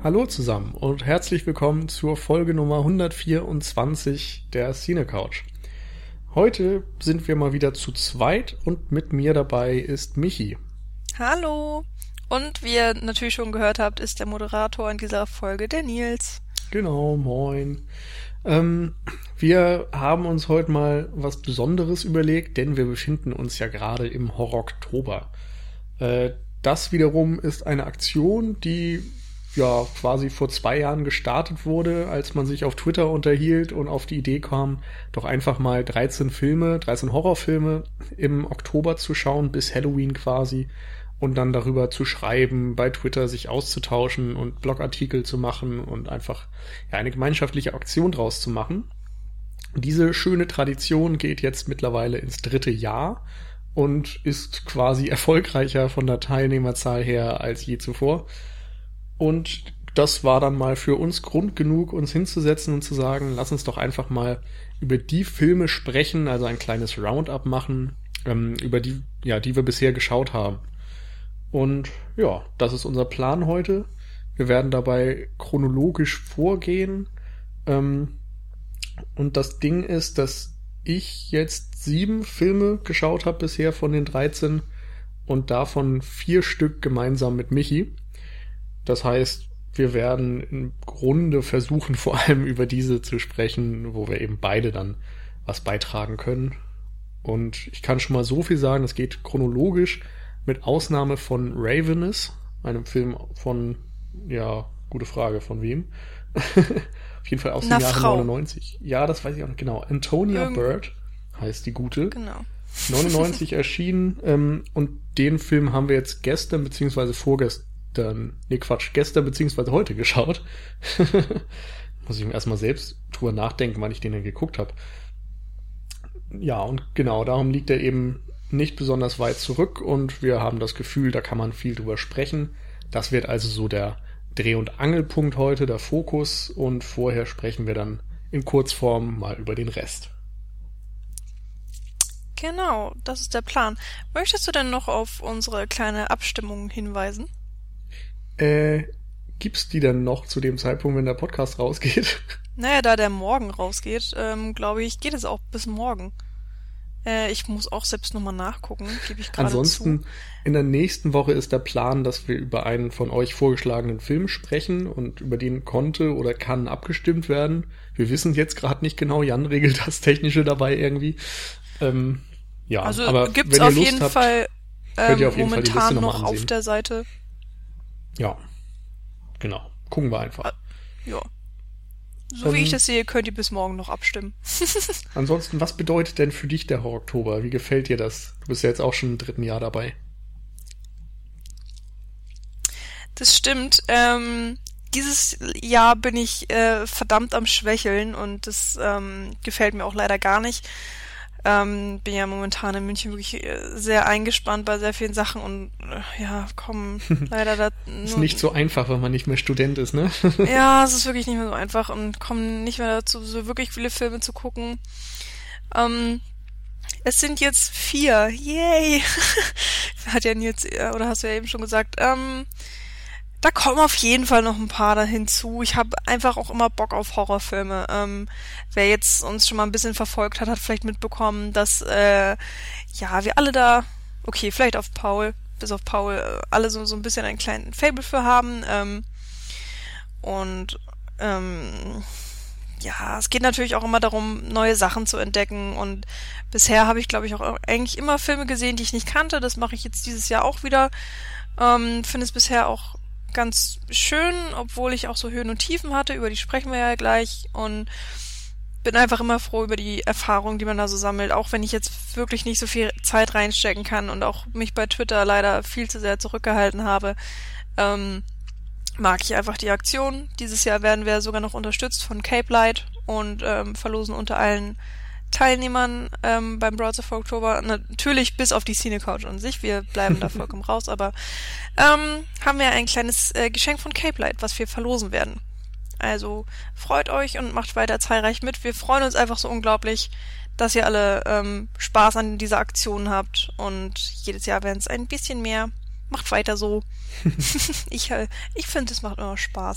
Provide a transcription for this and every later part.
Hallo zusammen und herzlich willkommen zur Folge Nummer 124 der Cine Couch. Heute sind wir mal wieder zu zweit und mit mir dabei ist Michi. Hallo! Und wie ihr natürlich schon gehört habt, ist der Moderator in dieser Folge der Nils. Genau, moin. Wir haben uns heute mal was Besonderes überlegt, denn wir befinden uns ja gerade im Horror-Oktober. Das wiederum ist eine Aktion, die ja quasi vor 2 Jahren gestartet wurde, als man sich auf Twitter unterhielt und auf die Idee kam, doch einfach mal 13 Horrorfilme im Oktober zu schauen, bis Halloween quasi, und dann darüber zu schreiben, bei Twitter sich auszutauschen und Blogartikel zu machen und einfach eine gemeinschaftliche Aktion draus zu machen. Diese schöne Tradition geht jetzt mittlerweile ins 3. Jahr und ist quasi erfolgreicher von der Teilnehmerzahl her als je zuvor. Und das war dann mal für uns Grund genug, uns hinzusetzen und zu sagen, lass uns doch einfach mal über die Filme sprechen, also ein kleines Roundup machen, über die wir bisher geschaut haben. Und ja, das ist unser Plan heute. Wir werden dabei chronologisch vorgehen. Und das Ding ist, dass ich jetzt 7 Filme geschaut habe bisher von den 13 und davon 4 Stück gemeinsam mit Michi. Das heißt, wir werden im Grunde versuchen, vor allem über diese zu sprechen, wo wir eben beide dann was beitragen können. Und ich kann schon mal so viel sagen, es geht chronologisch mit Ausnahme von Ravenous, einem Film von, ja, gute Frage, von wem? Auf jeden Fall aus dem Jahre 99. Ja, das weiß ich auch nicht genau. Antonia Bird heißt die gute. Genau. 99 erschienen, und den Film haben wir jetzt gestern beziehungsweise heute geschaut. Muss ich mir erstmal selbst drüber nachdenken, wann ich den denn geguckt habe. Ja, und genau, darum liegt er eben nicht besonders weit zurück und wir haben das Gefühl, da kann man viel drüber sprechen. Das wird also so der Dreh- und Angelpunkt heute, der Fokus, und vorher sprechen wir dann in Kurzform mal über den Rest. Genau, das ist der Plan. Möchtest du denn noch auf unsere kleine Abstimmung hinweisen? Gibt's die denn noch zu dem Zeitpunkt, wenn der Podcast rausgeht? Naja, da der morgen rausgeht, glaube ich, geht es auch bis morgen. Ich muss auch selbst nochmal nachgucken, gebe ich gerade Ansonsten, in der nächsten Woche ist der Plan, dass wir über einen von euch vorgeschlagenen Film sprechen und über den konnte oder kann abgestimmt werden. Wir wissen jetzt gerade nicht genau, Jan regelt das Technische dabei irgendwie. Also aber gibt's wenn ihr auf Lust jeden habt, Fall könnt ihr auf jeden momentan Fall die Liste noch ansehen. auf der Seite. Ja, genau. Gucken wir einfach. Ja. So wie ich das sehe, könnt ihr bis morgen noch abstimmen. Ansonsten, was bedeutet denn für dich der Horror-Oktober? Wie gefällt dir das? Du bist ja jetzt auch schon im 3. Jahr dabei. Das stimmt. Dieses Jahr bin ich verdammt am Schwächeln und das gefällt mir auch leider gar nicht. Bin ja momentan in München wirklich sehr eingespannt bei sehr vielen Sachen und leider da ist nicht so einfach, wenn man nicht mehr Student ist, ne? Ja, es ist wirklich nicht mehr so einfach und kommen nicht mehr dazu, so wirklich viele Filme zu gucken. Es sind jetzt 4. Yay! Hat ja Nils, oder hast du ja eben schon gesagt, da kommen auf jeden Fall noch ein paar da hinzu. Ich habe einfach auch immer Bock auf Horrorfilme. Wer jetzt uns schon mal ein bisschen verfolgt hat, hat vielleicht mitbekommen, dass wir alle da, okay, vielleicht bis auf Paul, alle so ein bisschen einen kleinen Faible für haben. Es geht natürlich auch immer darum, neue Sachen zu entdecken. Und bisher habe ich, glaube ich, auch eigentlich immer Filme gesehen, die ich nicht kannte. Das mache ich jetzt dieses Jahr auch wieder. Finde es bisher auch ganz schön, obwohl ich auch so Höhen und Tiefen hatte, über die sprechen wir ja gleich, und bin einfach immer froh über die Erfahrung, die man da so sammelt, auch wenn ich jetzt wirklich nicht so viel Zeit reinstecken kann und auch mich bei Twitter leider viel zu sehr zurückgehalten habe, mag ich einfach die Aktion. Dieses Jahr werden wir sogar noch unterstützt von Cape Light und verlosen unter allen Teilnehmern beim Browser for Oktober, natürlich bis auf die Cine Couch an sich, wir bleiben da vollkommen raus, aber haben wir ein kleines Geschenk von Cape Light, was wir verlosen werden. Also freut euch und macht weiter zahlreich mit. Wir freuen uns einfach so unglaublich, dass ihr alle Spaß an dieser Aktion habt und jedes Jahr werden es ein bisschen mehr. Macht weiter so. Ich finde, es macht immer Spaß.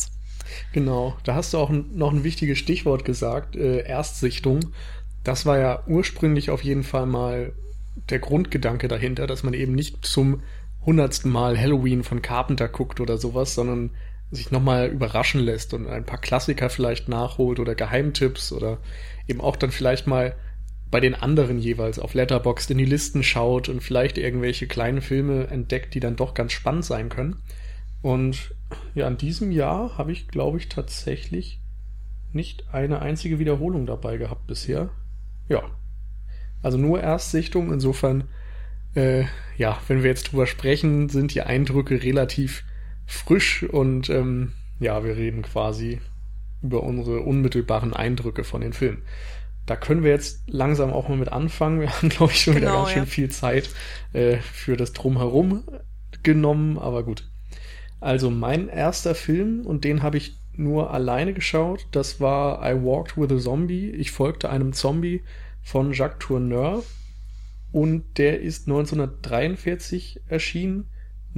Genau, da hast du auch noch ein wichtiges Stichwort gesagt, Erstsichtung. Das war ja ursprünglich auf jeden Fall mal der Grundgedanke dahinter, dass man eben nicht zum 100. Mal Halloween von Carpenter guckt oder sowas, sondern sich nochmal überraschen lässt und ein paar Klassiker vielleicht nachholt oder Geheimtipps oder eben auch dann vielleicht mal bei den anderen jeweils auf Letterboxd in die Listen schaut und vielleicht irgendwelche kleinen Filme entdeckt, die dann doch ganz spannend sein können. Und ja, in diesem Jahr habe ich, glaube ich, tatsächlich nicht eine einzige Wiederholung dabei gehabt bisher. Ja, also nur Erstsichtung. Insofern, ja, wenn wir jetzt drüber sprechen, sind die Eindrücke relativ frisch und ja, wir reden quasi über unsere unmittelbaren Eindrücke von den Filmen. Da können wir jetzt langsam auch mal mit anfangen. Wir haben, glaube ich, schon wieder ganz schön viel Zeit für das Drumherum genommen, aber gut. Also mein erster Film, und den habe ich nur alleine geschaut, das war I Walked with a Zombie. Ich folgte einem Zombie von Jacques Tourneur und der ist 1943 erschienen.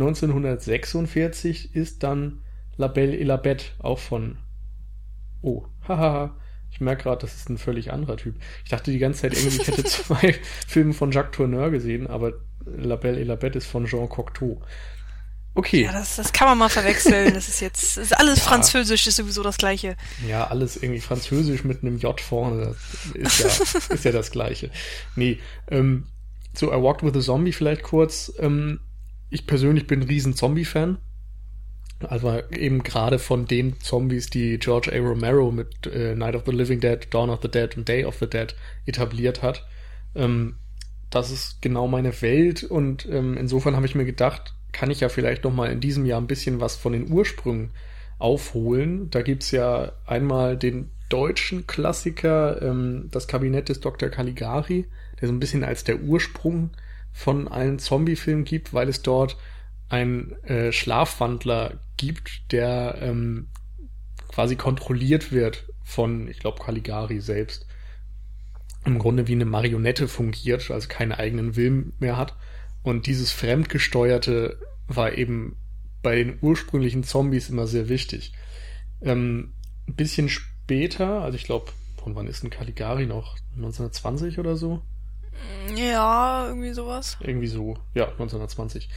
1946 ist dann La Belle et la Bête, auch von... Oh, hahaha. Ich merke gerade, das ist ein völlig anderer Typ. Ich dachte die ganze Zeit irgendwie, ich hätte 2 Filme von Jacques Tourneur gesehen, aber La Belle et la Bête ist von Jean Cocteau. Okay. Ja, das kann man mal verwechseln. Das ist alles Französisch, ist sowieso das Gleiche. Ja, alles irgendwie Französisch mit einem J vorne, das ist ja das Gleiche. Nee, so I Walked with a Zombie vielleicht kurz. Ich persönlich bin ein riesen Zombie-Fan. Also eben gerade von den Zombies, die George A. Romero mit Night of the Living Dead, Dawn of the Dead und Day of the Dead etabliert hat. Das ist genau meine Welt und insofern habe ich mir gedacht, kann ich ja vielleicht noch mal in diesem Jahr ein bisschen was von den Ursprüngen aufholen. Da gibt's ja einmal den deutschen Klassiker, das Kabinett des Dr. Caligari, der so ein bisschen als der Ursprung von allen Zombie-Filmen gibt, weil es dort einen Schlafwandler gibt, der quasi kontrolliert wird von, ich glaube, Caligari selbst. Im Grunde wie eine Marionette fungiert, also keinen eigenen Willen mehr hat. Und dieses Fremdgesteuerte war eben bei den ursprünglichen Zombies immer sehr wichtig. Ein bisschen später, also ich glaube, von wann ist denn Caligari noch? 1920 oder so? Ja, irgendwie sowas. Irgendwie so, ja, 1920.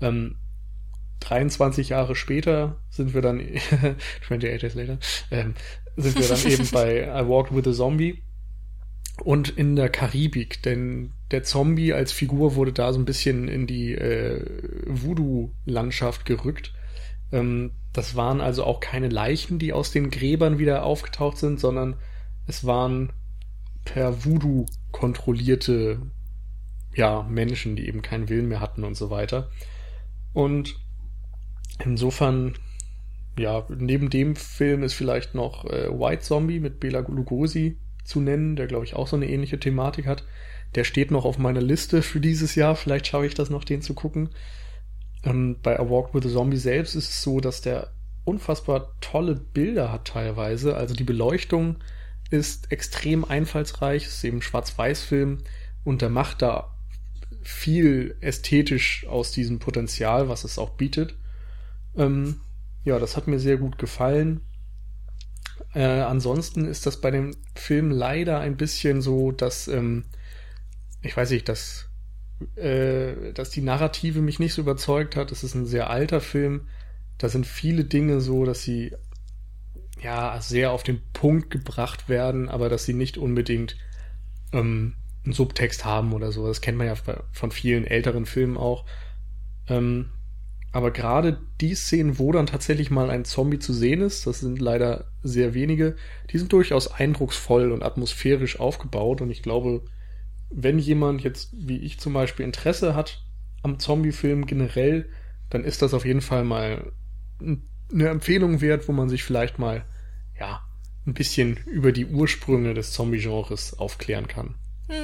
23 Jahre später sind wir dann, 28 Days later, sind wir dann eben bei I Walked with a Zombie und in der Karibik, denn der Zombie als Figur wurde da so ein bisschen in die Voodoo-Landschaft gerückt. Das waren also auch keine Leichen, die aus den Gräbern wieder aufgetaucht sind, sondern es waren per Voodoo kontrollierte Menschen, die eben keinen Willen mehr hatten und so weiter. Und insofern, ja, neben dem Film ist vielleicht noch White Zombie mit Bela Lugosi zu nennen, der, glaube ich, auch so eine ähnliche Thematik hat. Der steht noch auf meiner Liste für dieses Jahr. Vielleicht schaffe ich das noch, den zu gucken. Bei A Walk with a Zombie selbst ist es so, dass der unfassbar tolle Bilder hat teilweise. Also die Beleuchtung ist extrem einfallsreich. Es ist eben ein Schwarz-Weiß-Film und der macht da viel ästhetisch aus diesem Potenzial, was es auch bietet. Ja, das hat mir sehr gut gefallen. Ansonsten ist das bei dem Film leider ein bisschen so, dass ich weiß nicht, dass die Narrative mich nicht so überzeugt hat. Es ist ein sehr alter Film. Da sind viele Dinge so, dass sie ja sehr auf den Punkt gebracht werden, aber dass sie nicht unbedingt einen Subtext haben oder so. Das kennt man ja von vielen älteren Filmen auch. Aber gerade die Szenen, wo dann tatsächlich mal ein Zombie zu sehen ist, das sind leider sehr wenige, die sind durchaus eindrucksvoll und atmosphärisch aufgebaut. Und ich glaube, wenn jemand jetzt, wie ich zum Beispiel, Interesse hat am Zombie-Film generell, dann ist das auf jeden Fall mal eine Empfehlung wert, wo man sich vielleicht mal ein bisschen über die Ursprünge des Zombie-Genres aufklären kann.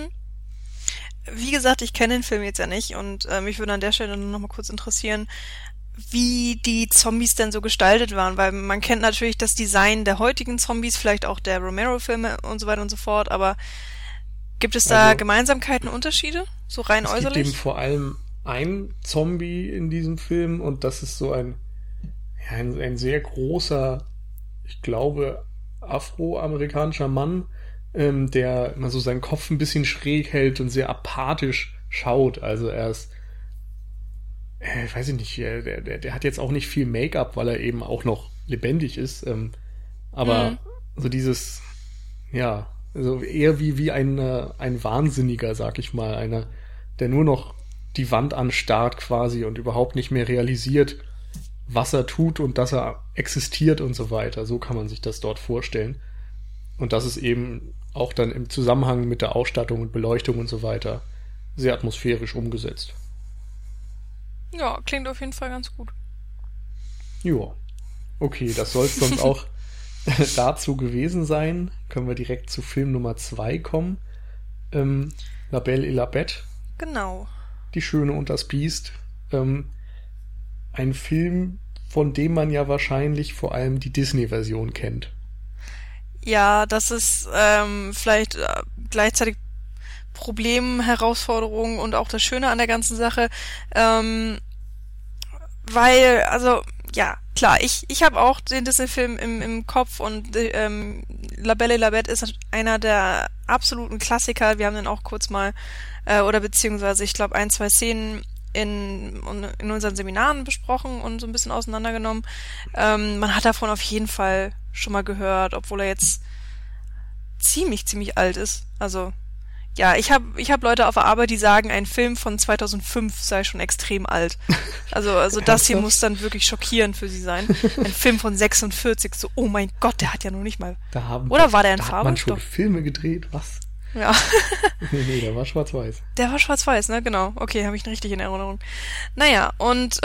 Wie gesagt, ich kenne den Film jetzt ja nicht und mich würde an der Stelle nur noch mal kurz interessieren, wie die Zombies denn so gestaltet waren, weil man kennt natürlich das Design der heutigen Zombies, vielleicht auch der Romero-Filme und so weiter und so fort, aber gibt es da Gemeinsamkeiten, Unterschiede, so rein äußerlich? Es gibt eben vor allem ein Zombie in diesem Film und das ist so ein sehr großer, ich glaube, afroamerikanischer Mann, der immer so seinen Kopf ein bisschen schräg hält und sehr apathisch schaut. Also er ist, weiß ich nicht, der hat jetzt auch nicht viel Make-up, weil er eben auch noch lebendig ist. Aber so dieses, ja, also eher wie ein Wahnsinniger, sag ich mal. Einer, der nur noch die Wand anstarrt quasi und überhaupt nicht mehr realisiert, was er tut und dass er existiert und so weiter. So kann man sich das dort vorstellen. Und das ist eben auch dann im Zusammenhang mit der Ausstattung und Beleuchtung und so weiter sehr atmosphärisch umgesetzt. Ja, klingt auf jeden Fall ganz gut. Ja, okay, das soll es sonst auch dazu gewesen sein. Können wir direkt zu Film Nummer 2 kommen. La Belle et la Bête. Genau. Die Schöne und das Biest. Ein Film, von dem man ja wahrscheinlich vor allem die Disney-Version kennt. Ja, das ist vielleicht gleichzeitig Problem, Herausforderung und auch das Schöne an der ganzen Sache. Weil, also, ja, klar, ich habe auch den Disney-Film im Kopf und La Belle et la Bête ist einer der absoluten Klassiker. Wir haben den auch kurz mal, oder beziehungsweise, ich glaube, 1, 2 Szenen in unseren Seminaren besprochen und so ein bisschen auseinandergenommen. Man hat davon auf jeden Fall schon mal gehört, obwohl er jetzt ziemlich alt ist. Also, ja, ich hab Leute auf der Arbeit, die sagen, ein Film von 2005 sei schon extrem alt. Also das hier muss dann wirklich schockierend für sie sein. Ein Film von 46, so, oh mein Gott, der hat ja noch nicht mal... Oder war der in Farbe? Hat man schon Filme gedreht, was? Ja. Nee, der war schwarz-weiß. Der war schwarz-weiß, ne? Genau. Okay, habe ich ihn richtig in Erinnerung. Naja, und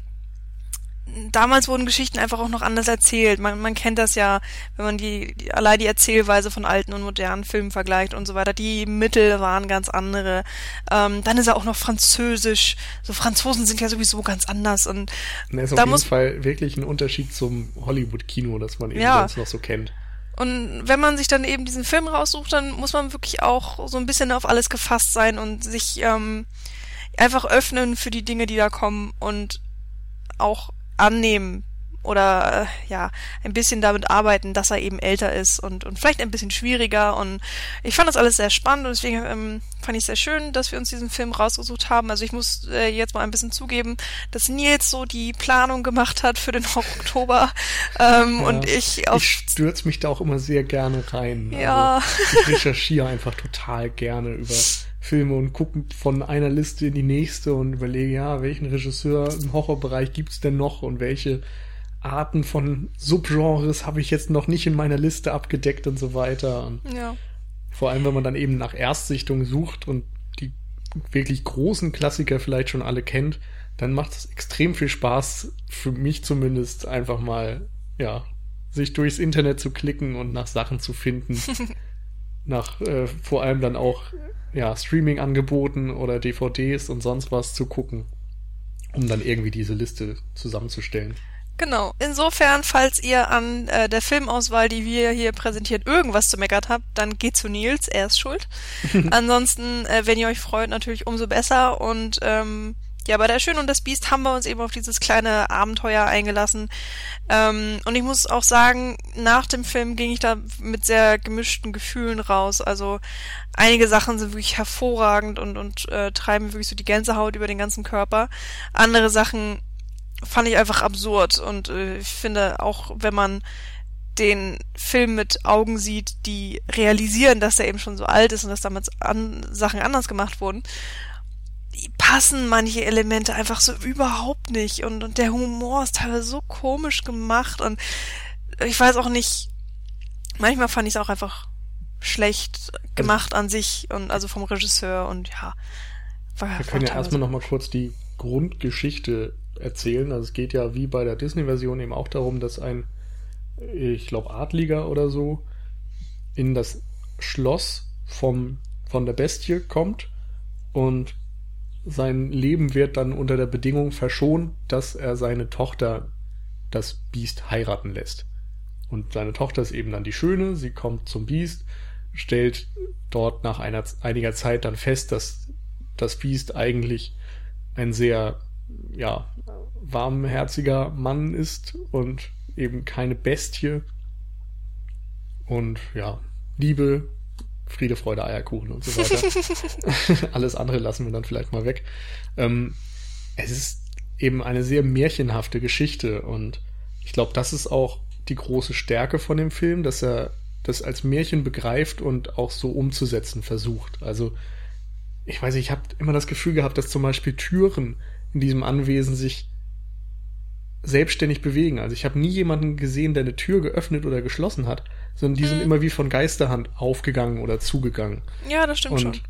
damals wurden Geschichten einfach auch noch anders erzählt. Man kennt das ja, wenn man allein die Erzählweise von alten und modernen Filmen vergleicht und so weiter. Die Mittel waren ganz andere. Dann ist er auch noch französisch. So Franzosen sind ja sowieso ganz anders. Und das ist auf jeden Fall wirklich ein Unterschied zum Hollywood-Kino, das man eben sonst noch so kennt. Und wenn man sich dann eben diesen Film raussucht, dann muss man wirklich auch so ein bisschen auf alles gefasst sein und sich einfach öffnen für die Dinge, die da kommen und auch annehmen oder ein bisschen damit arbeiten, dass er eben älter ist und vielleicht ein bisschen schwieriger, und ich fand das alles sehr spannend und deswegen fand ich es sehr schön, dass wir uns diesen Film rausgesucht haben. Also ich muss jetzt mal ein bisschen zugeben, dass Nils so die Planung gemacht hat für den Oktober und ich stürze mich da auch immer sehr gerne rein. Ja. Also ich recherchiere einfach total gerne über Filme und gucke von einer Liste in die nächste und überlege, welchen Regisseur im Horrorbereich gibt's denn noch und welche Arten von Subgenres habe ich jetzt noch nicht in meiner Liste abgedeckt und so weiter. Und vor allem, wenn man dann eben nach Erstsichtung sucht und die wirklich großen Klassiker vielleicht schon alle kennt, dann macht es extrem viel Spaß, für mich zumindest, einfach mal, sich durchs Internet zu klicken und nach Sachen zu finden. Nach vor allem dann auch Streaming-Angeboten oder DVDs und sonst was zu gucken, um dann irgendwie diese Liste zusammenzustellen. Genau. Insofern, falls ihr an der Filmauswahl, die wir hier präsentiert, irgendwas zu meckern habt, dann geht zu Nils, er ist schuld. Ansonsten, wenn ihr euch freut, natürlich umso besser. Und bei Der Schöne und das Biest haben wir uns eben auf dieses kleine Abenteuer eingelassen. Und ich muss auch sagen, nach dem Film ging ich da mit sehr gemischten Gefühlen raus. Also einige Sachen sind wirklich hervorragend und treiben wirklich so die Gänsehaut über den ganzen Körper. Andere Sachen fand ich einfach absurd. Und ich finde, auch wenn man den Film mit Augen sieht, die realisieren, dass er eben schon so alt ist und dass damals Sachen anders gemacht wurden, passen manche Elemente einfach so überhaupt nicht und der Humor ist teilweise so komisch gemacht und ich weiß auch nicht, manchmal fand ich es auch einfach schlecht gemacht an sich und also vom Regisseur und wir können ja erstmal nochmal kurz die Grundgeschichte erzählen. Also es geht ja wie bei der Disney-Version eben auch darum, dass ein, ich glaube, Adliger oder so in das Schloss von der Bestie kommt und sein Leben wird dann unter der Bedingung verschont, dass er seine Tochter, das Biest, heiraten lässt. Und seine Tochter ist eben dann die Schöne, sie kommt zum Biest, stellt dort nach einiger Zeit dann fest, dass das Biest eigentlich ein sehr, warmherziger Mann ist und eben keine Bestie und ja, Liebe, Friede, Freude, Eierkuchen und so weiter. Alles andere lassen wir dann vielleicht mal weg. Es ist eben eine sehr märchenhafte Geschichte und ich glaube, das ist auch die große Stärke von dem Film, dass er das als Märchen begreift und auch so umzusetzen versucht. Also, ich weiß nicht, ich habe immer das Gefühl gehabt, dass zum Beispiel Türen in diesem Anwesen sich selbstständig bewegen. Also ich habe nie jemanden gesehen, der eine Tür geöffnet oder geschlossen hat, sondern die sind immer wie von Geisterhand aufgegangen oder zugegangen. Ja, das stimmt schon.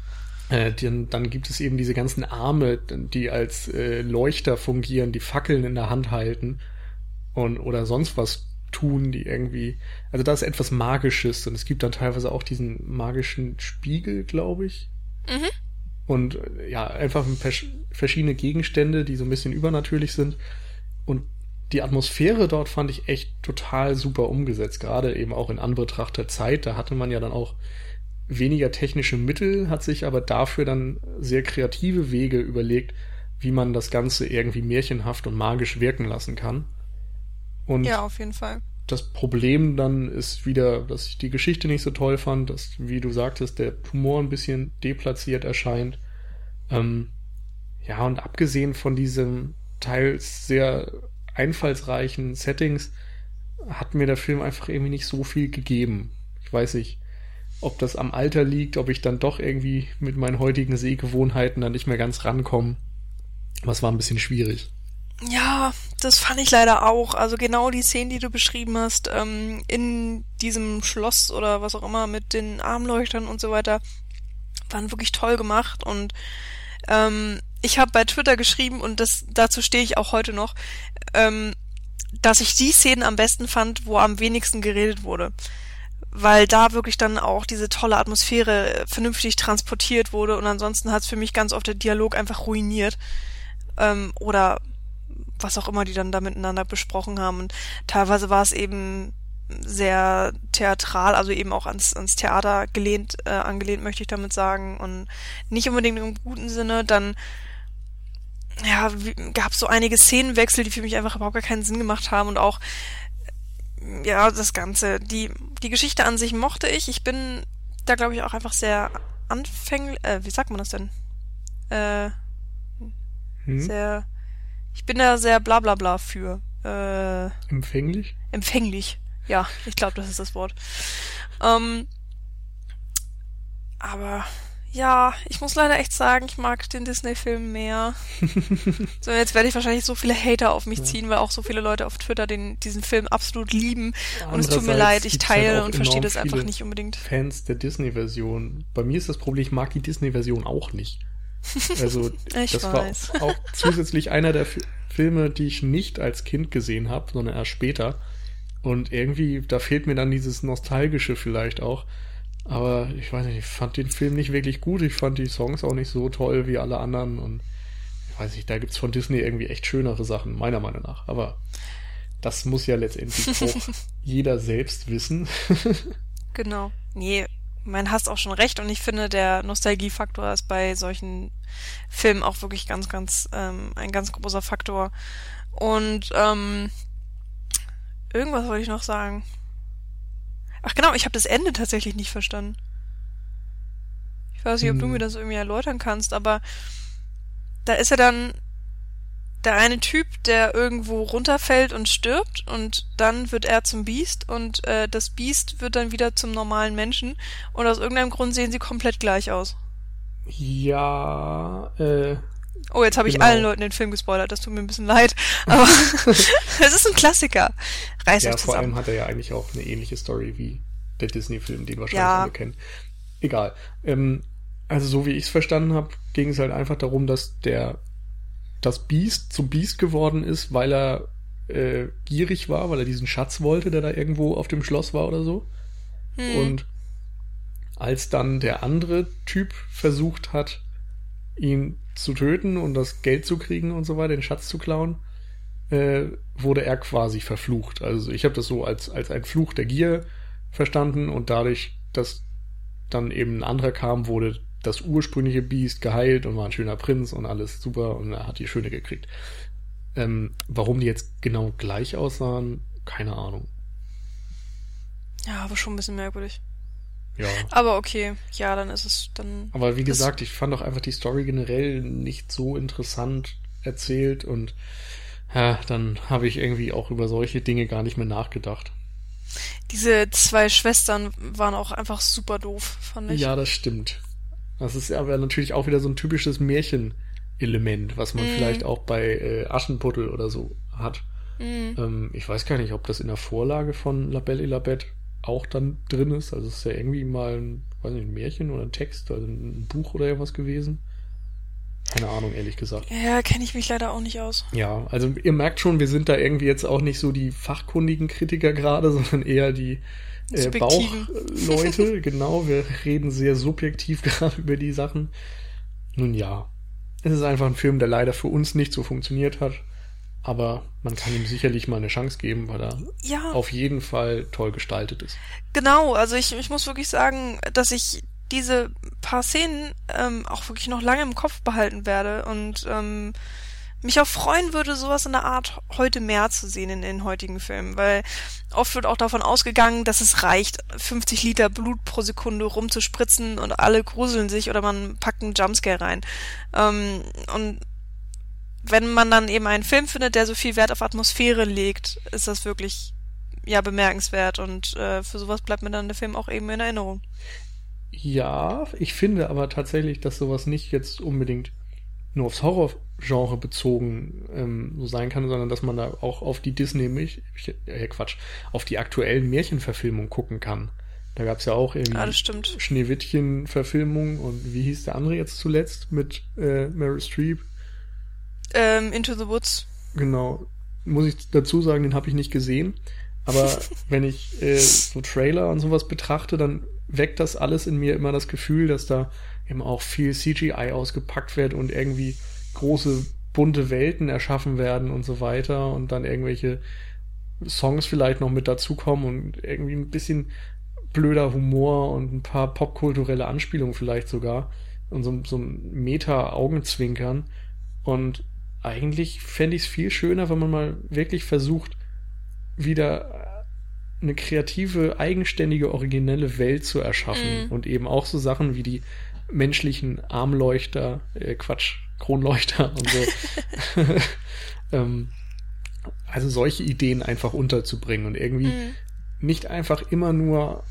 Dann gibt es eben diese ganzen Arme, die als Leuchter fungieren, die Fackeln in der Hand halten oder sonst was tun, die irgendwie, also da ist etwas Magisches und es gibt dann teilweise auch diesen magischen Spiegel, glaube ich. Mhm. Und ja, einfach verschiedene Gegenstände, die so ein bisschen übernatürlich sind. Und die Atmosphäre dort fand ich echt total super umgesetzt, gerade eben auch in Anbetracht der Zeit. Da hatte man ja dann auch weniger technische Mittel, hat sich aber dafür dann sehr kreative Wege überlegt, wie man das Ganze irgendwie märchenhaft und magisch wirken lassen kann. Und ja, auf jeden Fall. Das Problem dann ist wieder, dass ich die Geschichte nicht so toll fand, dass, wie du sagtest, der Humor ein bisschen deplatziert erscheint. Ja, und abgesehen von diesem teils sehr einfallsreichen Settings hat mir der Film einfach irgendwie nicht so viel gegeben. Ich weiß nicht, ob das am Alter liegt, ob ich dann doch irgendwie mit meinen heutigen Sehgewohnheiten dann nicht mehr ganz rankomme. Aber es war ein bisschen schwierig. Ja, das fand ich leider auch. Also genau die Szenen, die du beschrieben hast, in diesem Schloss oder was auch immer mit den Armleuchtern und so weiter, waren wirklich toll gemacht. Und ich habe bei Twitter geschrieben, und dazu stehe ich auch heute noch, dass ich die Szenen am besten fand, wo am wenigsten geredet wurde. Weil da wirklich dann auch diese tolle Atmosphäre vernünftig transportiert wurde und ansonsten hat es für mich ganz oft der Dialog einfach ruiniert. Oder was auch immer die dann da miteinander besprochen haben. Und teilweise war es eben sehr theatral, also eben auch ans Theater angelehnt, möchte ich damit sagen. Und nicht unbedingt im guten Sinne. Dann ja, gab es so einige Szenenwechsel, die für mich einfach überhaupt gar keinen Sinn gemacht haben. Und auch ja, das Ganze. Die Geschichte an sich mochte ich. Ich bin da, glaube ich, auch einfach sehr anfänglich. Wie sagt man das denn? Ich bin da sehr bla bla bla für. Empfänglich? Empfänglich. Ja, ich glaube, das ist das Wort. Aber ja, ich muss leider echt sagen, ich mag den Disney-Film mehr. So, jetzt werde ich wahrscheinlich so viele Hater auf mich ziehen, weil auch so viele Leute auf Twitter diesen Film absolut lieben. Und es tut mir leid, ich teile und verstehe das einfach nicht unbedingt. Fans der Disney-Version. Bei mir ist das Problem, ich mag die Disney-Version auch nicht. Also, das war auch zusätzlich einer der Filme, die ich nicht als Kind gesehen habe, sondern erst später. Und irgendwie, da fehlt mir dann dieses Nostalgische vielleicht auch. Aber ich weiß nicht, ich fand den Film nicht wirklich gut. Ich fand die Songs auch nicht so toll wie alle anderen. Und ich weiß nicht, da gibt's von Disney irgendwie echt schönere Sachen, meiner Meinung nach. Aber das muss ja letztendlich auch jeder selbst wissen. Genau. Nee, hast auch schon recht. Und ich finde, der Nostalgiefaktor ist bei solchen Filmen auch wirklich ganz, ganz ein ganz großer Faktor. Und irgendwas wollte ich noch sagen. Ach genau, ich habe das Ende tatsächlich nicht verstanden. Ich weiß nicht, ob du mir das irgendwie erläutern kannst, aber da ist ja dann der eine Typ, der irgendwo runterfällt und stirbt und dann wird er zum Biest und das Biest wird dann wieder zum normalen Menschen und aus irgendeinem Grund sehen sie komplett gleich aus. Ja, oh, jetzt habe ich allen Leuten den Film gespoilert, das tut mir ein bisschen leid, aber es ist ein Klassiker. Reiß euch zusammen. Vor allem hat er ja eigentlich auch eine ähnliche Story wie der Disney-Film, den wahrscheinlich alle kennen. Egal. Also so wie ich es verstanden habe, ging es halt einfach darum, dass das Biest zum Biest geworden ist, weil er gierig war, weil er diesen Schatz wollte, der da irgendwo auf dem Schloss war oder so. Und als dann der andere Typ versucht hat, ihn zu töten und das Geld zu kriegen und so weiter, den Schatz zu klauen, wurde er quasi verflucht. Also ich habe das so als ein Fluch der Gier verstanden und dadurch, dass dann eben ein anderer kam, wurde das ursprüngliche Biest geheilt und war ein schöner Prinz und alles super und er hat die Schöne gekriegt. Warum die jetzt genau gleich aussahen, keine Ahnung. Ja, aber schon ein bisschen merkwürdig. Ja. Aber okay, ja, dann ist es dann. Aber wie gesagt, ich fand auch einfach die Story generell nicht so interessant erzählt und ja, dann habe ich irgendwie auch über solche Dinge gar nicht mehr nachgedacht. Diese 2 Schwestern waren auch einfach super doof, fand ich. Ja, das stimmt. Das ist aber natürlich auch wieder so ein typisches Märchenelement, was man vielleicht auch bei Aschenputtel oder so hat. Ich weiß gar nicht, ob das in der Vorlage von La Belle et la Bête auch dann drin ist. Also es ist ja irgendwie mal ein Märchen oder ein Text, also ein Buch oder irgendwas gewesen. Keine Ahnung, ehrlich gesagt. Ja, kenne ich mich leider auch nicht aus. Ja, also ihr merkt schon, wir sind da irgendwie jetzt auch nicht so die fachkundigen Kritiker gerade, sondern eher die Bauchleute. Genau, wir reden sehr subjektiv gerade über die Sachen. Nun ja, es ist einfach ein Film, der leider für uns nicht so funktioniert hat. Aber man kann ihm sicherlich mal eine Chance geben, weil er auf jeden Fall toll gestaltet ist. Genau, also ich muss wirklich sagen, dass ich diese paar Szenen auch wirklich noch lange im Kopf behalten werde und mich auch freuen würde, sowas in der Art heute mehr zu sehen in den heutigen Filmen, weil oft wird auch davon ausgegangen, dass es reicht, 50 Liter Blut pro Sekunde rumzuspritzen und alle gruseln sich oder man packt einen Jumpscare rein. Und wenn man dann eben einen Film findet, der so viel Wert auf Atmosphäre legt, ist das wirklich bemerkenswert und für sowas bleibt mir dann der Film auch eben in Erinnerung. Ja, ich finde aber tatsächlich, dass sowas nicht jetzt unbedingt nur aufs Horrorgenre bezogen so sein kann, sondern dass man da auch auf die auf die aktuellen Märchenverfilmungen gucken kann. Da gab es ja auch irgendwie Schneewittchen-Verfilmung und wie hieß der andere jetzt zuletzt mit Meryl Streep? Into the Woods. Genau. Muss ich dazu sagen, den habe ich nicht gesehen. Aber wenn ich so Trailer und sowas betrachte, dann weckt das alles in mir immer das Gefühl, dass da eben auch viel CGI ausgepackt wird und irgendwie große bunte Welten erschaffen werden und so weiter und dann irgendwelche Songs vielleicht noch mit dazukommen und irgendwie ein bisschen blöder Humor und ein paar popkulturelle Anspielungen vielleicht sogar und so ein Meta-Augenzwinkern. Und eigentlich fände ich es viel schöner, wenn man mal wirklich versucht, wieder eine kreative, eigenständige, originelle Welt zu erschaffen und eben auch so Sachen wie die menschlichen Armleuchter, Kronleuchter und so. Also solche Ideen einfach unterzubringen und irgendwie nicht einfach immer nur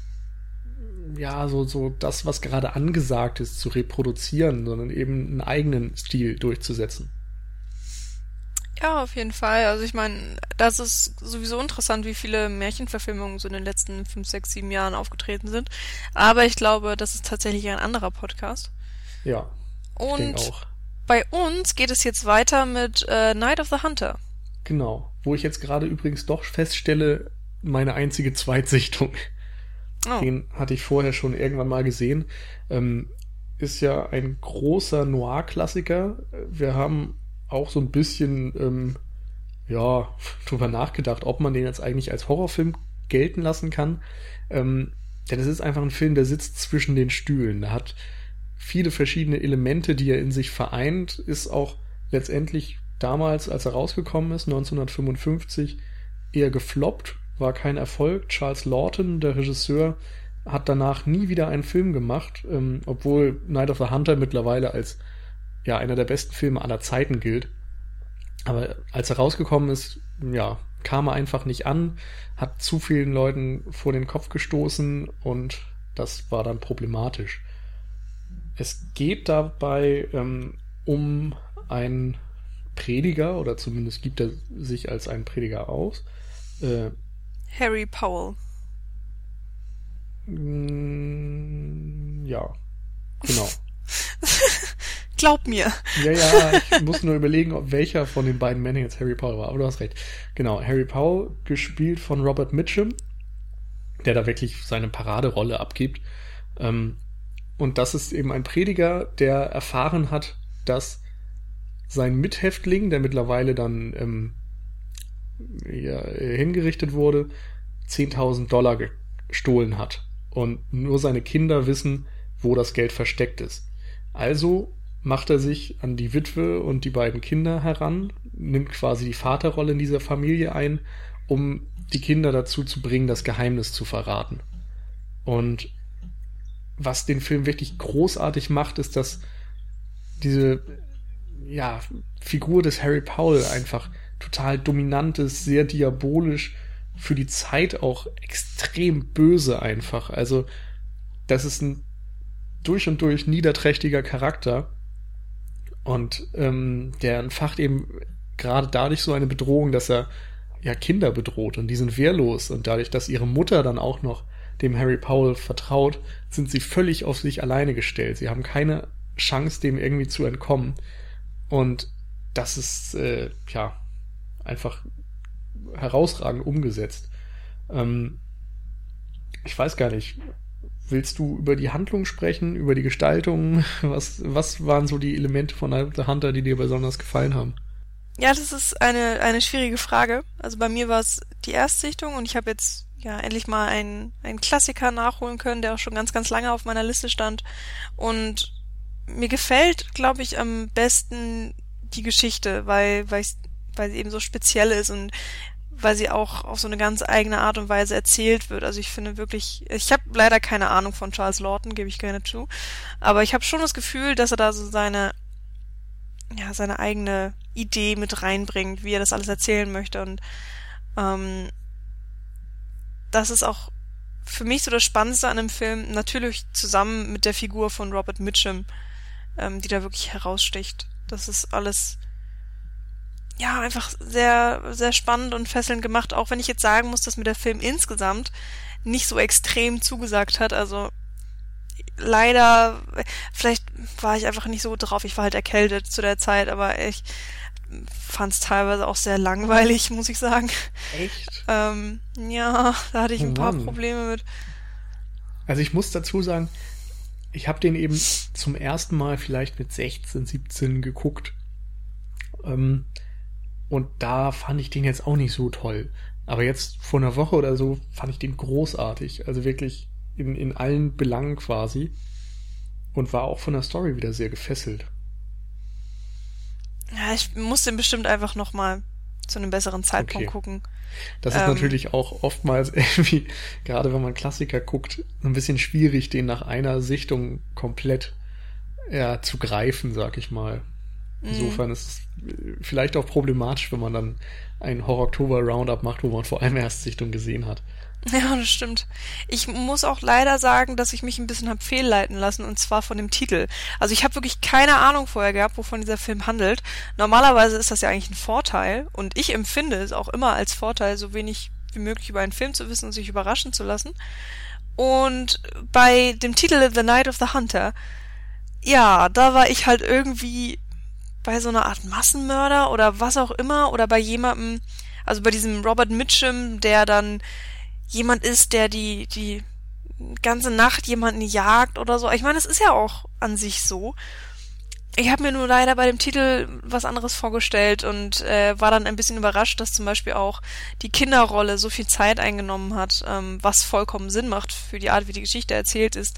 so das, was gerade angesagt ist, zu reproduzieren, sondern eben einen eigenen Stil durchzusetzen. Ja, auf jeden Fall. Also ich meine, das ist sowieso interessant, wie viele Märchenverfilmungen so in den letzten 5, 6, 7 Jahren aufgetreten sind. Aber ich glaube, das ist tatsächlich ein anderer Podcast. Ja, ich denke auch. Bei uns geht es jetzt weiter mit Night of the Hunter. Genau, wo ich jetzt gerade übrigens doch feststelle, meine einzige Zweitsichtung. Den hatte ich vorher schon irgendwann mal gesehen. Ist ja ein großer Noir-Klassiker. Wir haben auch so ein bisschen drüber nachgedacht, ob man den jetzt eigentlich als Horrorfilm gelten lassen kann. Denn es ist einfach ein Film, der sitzt zwischen den Stühlen. Der hat viele verschiedene Elemente, die er in sich vereint, ist auch letztendlich damals, als er rausgekommen ist, 1955, eher gefloppt, war kein Erfolg. Charles Lawton, der Regisseur, hat danach nie wieder einen Film gemacht, obwohl Night of the Hunter mittlerweile als einer der besten Filme aller Zeiten gilt. Aber als er rausgekommen ist, kam er einfach nicht an, hat zu vielen Leuten vor den Kopf gestoßen und das war dann problematisch. Es geht dabei um einen Prediger, oder zumindest gibt er sich als einen Prediger aus. Harry Powell. Ja, genau. Glaub mir. Ja, ich muss nur überlegen, ob welcher von den beiden Männern jetzt Harry Powell war, aber du hast recht. Genau, Harry Powell, gespielt von Robert Mitchum, der da wirklich seine Paraderolle abgibt. Und das ist eben ein Prediger, der erfahren hat, dass sein Mithäftling, der mittlerweile dann hingerichtet wurde, $10.000 gestohlen hat. Und nur seine Kinder wissen, wo das Geld versteckt ist. Also macht er sich an die Witwe und die beiden Kinder heran, nimmt quasi die Vaterrolle in dieser Familie ein um die Kinder dazu zu bringen, das Geheimnis zu verraten. Und was den Film wirklich großartig macht, ist, dass diese Figur des Harry Powell einfach total dominant ist, sehr diabolisch, für die Zeit auch extrem böse einfach. Also das ist ein durch und durch niederträchtiger Charakter und der entfacht eben gerade dadurch so eine Bedrohung, dass er Kinder bedroht und die sind wehrlos und dadurch, dass ihre Mutter dann auch noch dem Harry Powell vertraut, sind sie völlig auf sich alleine gestellt. Sie haben keine Chance, dem irgendwie zu entkommen. Und das ist, einfach herausragend umgesetzt. Ich weiß gar nicht, willst du über die Handlung sprechen, über die Gestaltung? Was waren so die Elemente von Night of the Hunter, die dir besonders gefallen haben? Ja, das ist eine schwierige Frage. Also bei mir war es die Erstsichtung und ich habe jetzt endlich mal einen Klassiker nachholen können, der auch schon ganz, ganz lange auf meiner Liste stand. Und mir gefällt, glaube ich, am besten die Geschichte, weil sie eben so speziell ist und weil sie auch auf so eine ganz eigene Art und Weise erzählt wird. Also ich finde wirklich, ich habe leider keine Ahnung von Charles Lawton, gebe ich gerne zu, aber ich habe schon das Gefühl, dass er da so seine eigene Idee mit reinbringt, wie er das alles erzählen möchte und das ist auch für mich so das Spannendste an dem Film, natürlich zusammen mit der Figur von Robert Mitchum, die da wirklich heraussticht. Das ist alles einfach sehr, sehr spannend und fesselnd gemacht, auch wenn ich jetzt sagen muss, dass mir der Film insgesamt nicht so extrem zugesagt hat. Also leider, vielleicht war ich einfach nicht so drauf, ich war halt erkältet zu der Zeit, aber ich fand es teilweise auch sehr langweilig, muss ich sagen. Echt? Da hatte ich ein paar Probleme mit. Also ich muss dazu sagen, ich habe den eben zum ersten Mal vielleicht mit 16, 17 geguckt. Und da fand ich den jetzt auch nicht so toll. Aber jetzt vor einer Woche oder so fand ich den großartig. Also wirklich in allen Belangen quasi. Und war auch von der Story wieder sehr gefesselt. Ja, ich muss den bestimmt einfach nochmal zu einem besseren Zeitpunkt gucken. Das ist natürlich auch oftmals irgendwie, gerade wenn man Klassiker guckt, ein bisschen schwierig, den nach einer Sichtung komplett zu greifen, sag ich mal. Insofern ist es vielleicht auch problematisch, wenn man dann ein Horror-Oktober-Roundup macht, wo man vor allem Erstsichtung gesehen hat. Ja, das stimmt. Ich muss auch leider sagen, dass ich mich ein bisschen habe fehlleiten lassen, und zwar von dem Titel. Also ich habe wirklich keine Ahnung vorher gehabt, wovon dieser Film handelt. Normalerweise ist das ja eigentlich ein Vorteil, und ich empfinde es auch immer als Vorteil, so wenig wie möglich über einen Film zu wissen und sich überraschen zu lassen. Und bei dem Titel The Night of the Hunter, da war ich halt irgendwie bei so einer Art Massenmörder oder was auch immer, oder bei jemandem, also bei diesem Robert Mitchum, der dann jemand ist, der die ganze Nacht jemanden jagt oder so. Ich meine, das ist ja auch an sich so. Ich habe mir nur leider bei dem Titel was anderes vorgestellt und war dann ein bisschen überrascht, dass zum Beispiel auch die Kinderrolle so viel Zeit eingenommen hat, was vollkommen Sinn macht für die Art, wie die Geschichte erzählt ist.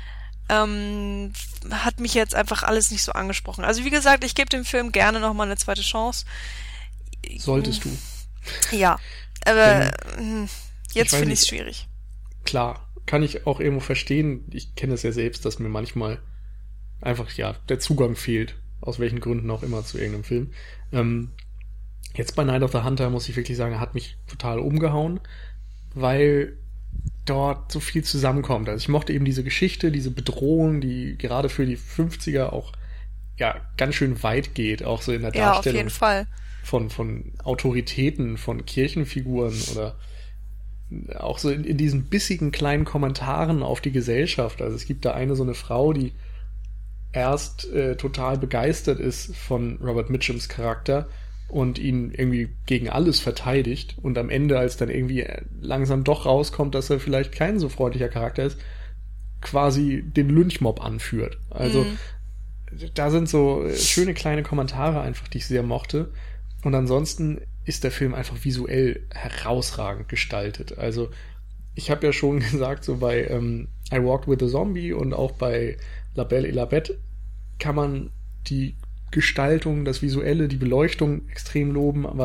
Hat mich jetzt einfach alles nicht so angesprochen. Also wie gesagt, ich gebe dem Film gerne nochmal eine zweite Chance. Solltest du. Ja, aber jetzt finde ich es schwierig. Klar, kann ich auch irgendwo verstehen. Ich kenne es ja selbst, dass mir manchmal einfach, der Zugang fehlt, aus welchen Gründen auch immer, zu irgendeinem Film. Jetzt bei Night of the Hunter muss ich wirklich sagen, hat mich total umgehauen, weil dort so viel zusammenkommt. Also ich mochte eben diese Geschichte, diese Bedrohung, die gerade für die 50er auch ganz schön weit geht, auch so in der Darstellung. Ja, auf jeden Fall. Von Autoritäten, von Kirchenfiguren oder auch so in diesen bissigen kleinen Kommentaren auf die Gesellschaft. Also es gibt da so eine Frau, die erst total begeistert ist von Robert Mitchums Charakter und ihn irgendwie gegen alles verteidigt, und am Ende, als dann irgendwie langsam doch rauskommt, dass er vielleicht kein so freundlicher Charakter ist, quasi den Lynchmob anführt. Also da sind so schöne kleine Kommentare einfach, die ich sehr mochte. Und ansonsten ist der Film einfach visuell herausragend gestaltet. Also ich habe ja schon gesagt, so bei I Walked with a Zombie und auch bei La Belle et la Bête kann man die Gestaltung, das Visuelle, die Beleuchtung extrem loben, aber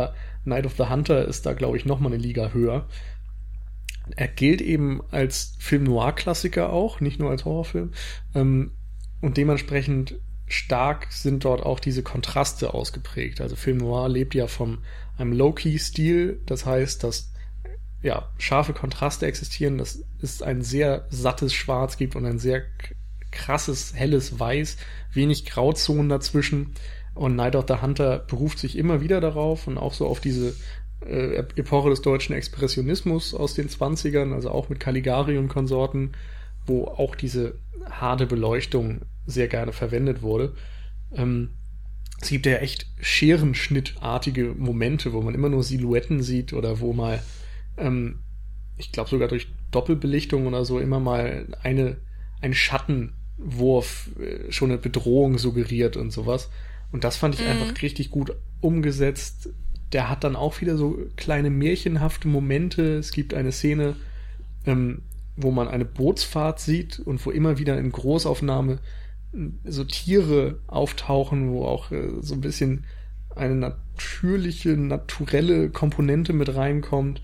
Night of the Hunter ist da, glaube ich, nochmal eine Liga höher. Er gilt eben als Film-Noir-Klassiker auch, nicht nur als Horrorfilm. Und dementsprechend stark sind dort auch diese Kontraste ausgeprägt. Also Film Noir lebt ja von einem Low-Key-Stil. Das heißt, dass ja scharfe Kontraste existieren, dass es ein sehr sattes Schwarz gibt und ein sehr krasses, helles Weiß, wenig Grauzonen dazwischen. Und Night of the Hunter beruft sich immer wieder darauf und auch so auf diese Epoche des deutschen Expressionismus aus den 20ern, also auch mit Caligari und Konsorten, wo auch diese harte Beleuchtung sehr gerne verwendet wurde. Es gibt ja echt scherenschnittartige Momente, wo man immer nur Silhouetten sieht oder wo mal, ich glaube sogar durch Doppelbelichtung oder so, immer mal ein Schattenwurf schon eine Bedrohung suggeriert und sowas. Und das fand ich einfach richtig gut umgesetzt. Der hat dann auch wieder so kleine märchenhafte Momente. Es gibt eine Szene, wo man eine Bootsfahrt sieht und wo immer wieder in Großaufnahme so Tiere auftauchen, wo auch so ein bisschen eine natürliche, naturelle Komponente mit reinkommt,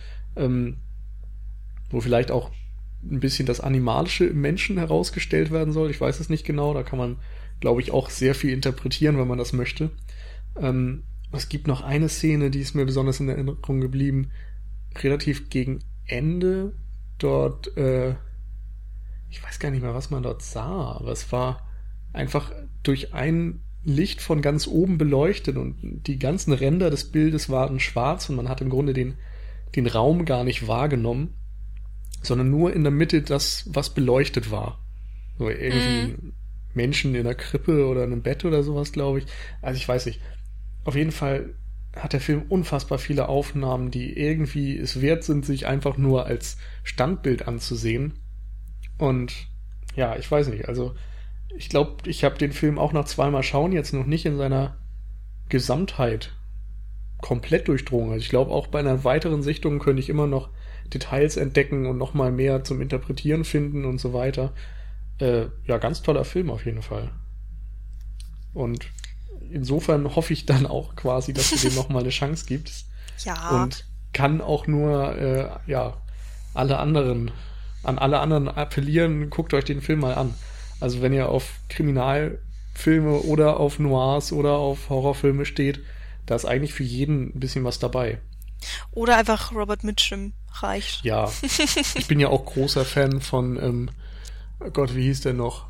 wo vielleicht auch ein bisschen das Animalische im Menschen herausgestellt werden soll. Ich weiß es nicht genau, da kann man, glaube ich, auch sehr viel interpretieren, wenn man das möchte. Es gibt noch eine Szene, die ist mir besonders in Erinnerung geblieben, relativ gegen Ende. Dort, ich weiß gar nicht mehr, was man dort sah, aber es war einfach durch ein Licht von ganz oben beleuchtet und die ganzen Ränder des Bildes waren schwarz und man hat im Grunde den Raum gar nicht wahrgenommen, sondern nur in der Mitte das, was beleuchtet war. So irgendwie Menschen in einer Krippe oder in einem Bett oder sowas, glaube ich. Also ich weiß nicht. Auf jeden Fall hat der Film unfassbar viele Aufnahmen, die irgendwie es wert sind, sich einfach nur als Standbild anzusehen. Und ja, ich weiß nicht, also ich glaube, ich habe den Film auch nach zweimal Schauen jetzt noch nicht in seiner Gesamtheit komplett durchdrungen. Also ich glaube, auch bei einer weiteren Sichtung könnte ich immer noch Details entdecken und noch mal mehr zum Interpretieren finden und so weiter. Ja, ganz toller Film auf jeden Fall. Und insofern hoffe ich dann auch quasi, dass du dem noch mal eine Chance gibst. Ja. Und kann auch nur an alle anderen appellieren, guckt euch den Film mal an. Also wenn ihr auf Kriminalfilme oder auf Noirs oder auf Horrorfilme steht, da ist eigentlich für jeden ein bisschen was dabei. Oder einfach Robert Mitchum reicht. Ja, ich bin ja auch großer Fan von, oh Gott, wie hieß der noch?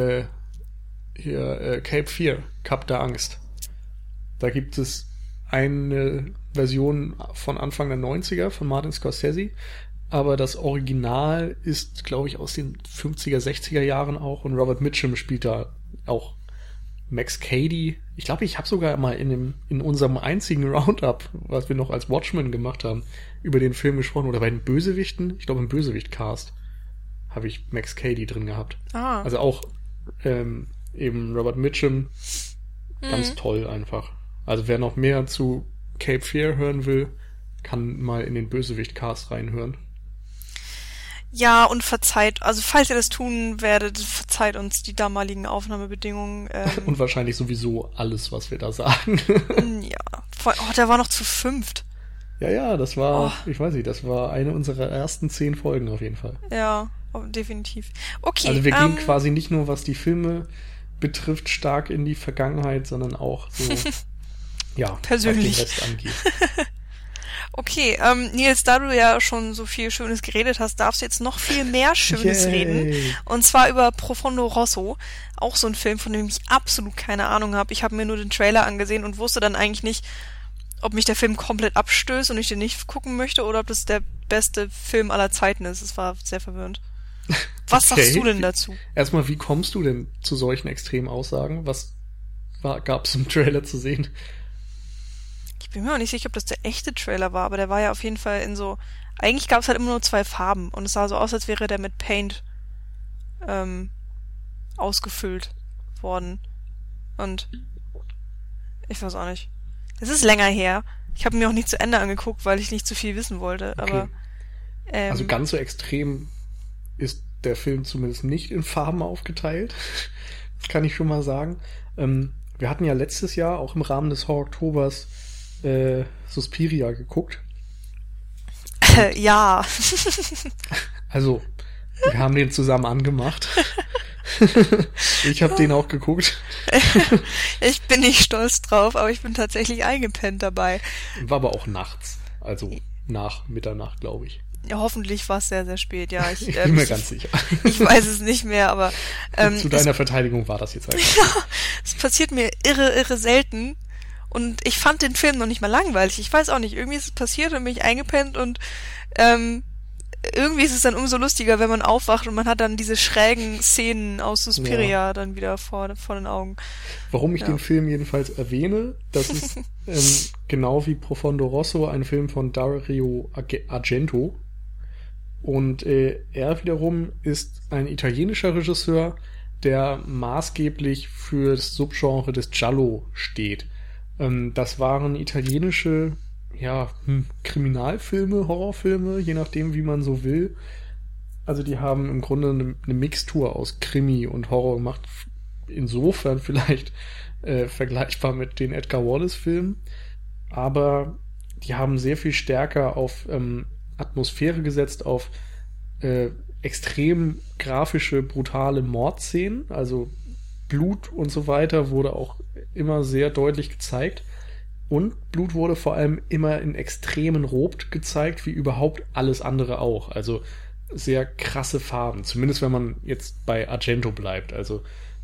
Cape Fear, Kap der Angst. Da gibt es eine Version von Anfang der 90er von Martin Scorsese, aber das Original ist, glaube ich, aus den 50er, 60er Jahren auch und Robert Mitchum spielt da auch Max Cady. Ich glaube, ich habe sogar mal in unserem einzigen Roundup, was wir noch als Watchmen gemacht haben, über den Film gesprochen oder bei den Bösewichten. Ich glaube, im Bösewicht-Cast habe ich Max Cady drin gehabt. Ah. Also auch eben Robert Mitchum. Ganz toll einfach. Also wer noch mehr zu Cape Fear hören will, kann mal in den Bösewicht-Cast reinhören. Ja, und verzeiht, also falls ihr das tun werdet, verzeiht uns die damaligen Aufnahmebedingungen. Und wahrscheinlich sowieso alles, was wir da sagen. Ja, der war noch zu 5. Ja, das war, ich weiß nicht, das war eine unserer ersten 10 Folgen auf jeden Fall. Ja, definitiv. Okay. Also wir gehen quasi nicht nur, was die Filme betrifft, stark in die Vergangenheit, sondern auch so, ja, persönlich, was den Rest angeht. Okay, Nils, da du ja schon so viel Schönes geredet hast, darfst du jetzt noch viel mehr Schönes reden. Und zwar über Profondo Rosso. Auch so ein Film, von dem ich absolut keine Ahnung habe. Ich habe mir nur den Trailer angesehen und wusste dann eigentlich nicht, ob mich der Film komplett abstößt und ich den nicht gucken möchte oder ob das der beste Film aller Zeiten ist. Es war sehr verwirrend. Was sagst du denn dazu? Erstmal, wie kommst du denn zu solchen extremen Aussagen? Was gab es im Trailer zu sehen? Ich bin mir auch nicht sicher, ob das der echte Trailer war, aber der war ja auf jeden Fall in so... Eigentlich gab es halt immer nur 2 Farben und es sah so aus, als wäre der mit Paint ausgefüllt worden. Und ich weiß auch nicht. Es ist länger her. Ich habe mir auch nicht zu Ende angeguckt, weil ich nicht zu viel wissen wollte. Aber also ganz so extrem ist der Film zumindest nicht in Farben aufgeteilt. Das kann ich schon mal sagen. Wir hatten ja letztes Jahr auch im Rahmen des Horror-Oktobers Suspiria geguckt? Ja. Also, wir haben den zusammen angemacht. Ich habe den auch geguckt. Ich bin nicht stolz drauf, aber ich bin tatsächlich eingepennt dabei. War aber auch nachts, also nach Mitternacht, glaube ich. Ja, hoffentlich war es sehr, sehr spät, ja. Ich bin mir ganz sicher. Ich weiß es nicht mehr, aber... Zu deiner Verteidigung war das jetzt einfach. Ja, es passiert mir irre selten. Und ich fand den Film noch nicht mal langweilig. Ich weiß auch nicht, irgendwie ist es passiert und bin ich eingepennt und irgendwie ist es dann umso lustiger, wenn man aufwacht und man hat dann diese schrägen Szenen aus Suspiria dann wieder vor den Augen. Warum ich den Film jedenfalls erwähne, das ist genau wie Profondo Rosso ein Film von Dario Argento. Und er wiederum ist ein italienischer Regisseur, der maßgeblich für das Subgenre des Giallo steht. Das waren italienische Kriminalfilme, Horrorfilme, je nachdem, wie man so will. Also die haben im Grunde eine Mixtur aus Krimi und Horror gemacht. Insofern vielleicht vergleichbar mit den Edgar Wallace-Filmen. Aber die haben sehr viel stärker auf Atmosphäre gesetzt, auf extrem grafische, brutale Mordszenen. Also Blut und so weiter wurde auch immer sehr deutlich gezeigt. Und Blut wurde vor allem immer in extremen Rot gezeigt, wie überhaupt alles andere auch. Also sehr krasse Farben, zumindest wenn man jetzt bei Argento bleibt. Also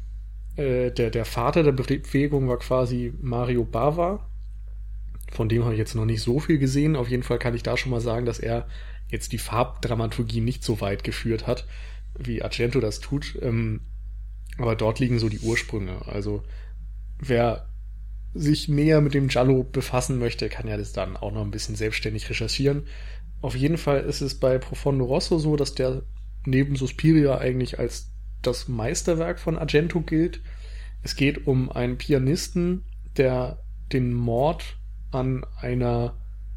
der Vater der Bewegung war quasi Mario Bava. Von dem habe ich jetzt noch nicht so viel gesehen. Auf jeden Fall kann ich da schon mal sagen, dass er jetzt die Farbdramaturgie nicht so weit geführt hat, wie Argento das tut. Aber dort liegen so die Ursprünge. Also wer sich näher mit dem Giallo befassen möchte, kann ja das dann auch noch ein bisschen selbstständig recherchieren. Auf jeden Fall ist es bei Profondo Rosso so, dass der neben Suspiria eigentlich als das Meisterwerk von Argento gilt. Es geht um einen Pianisten, der den Mord an einem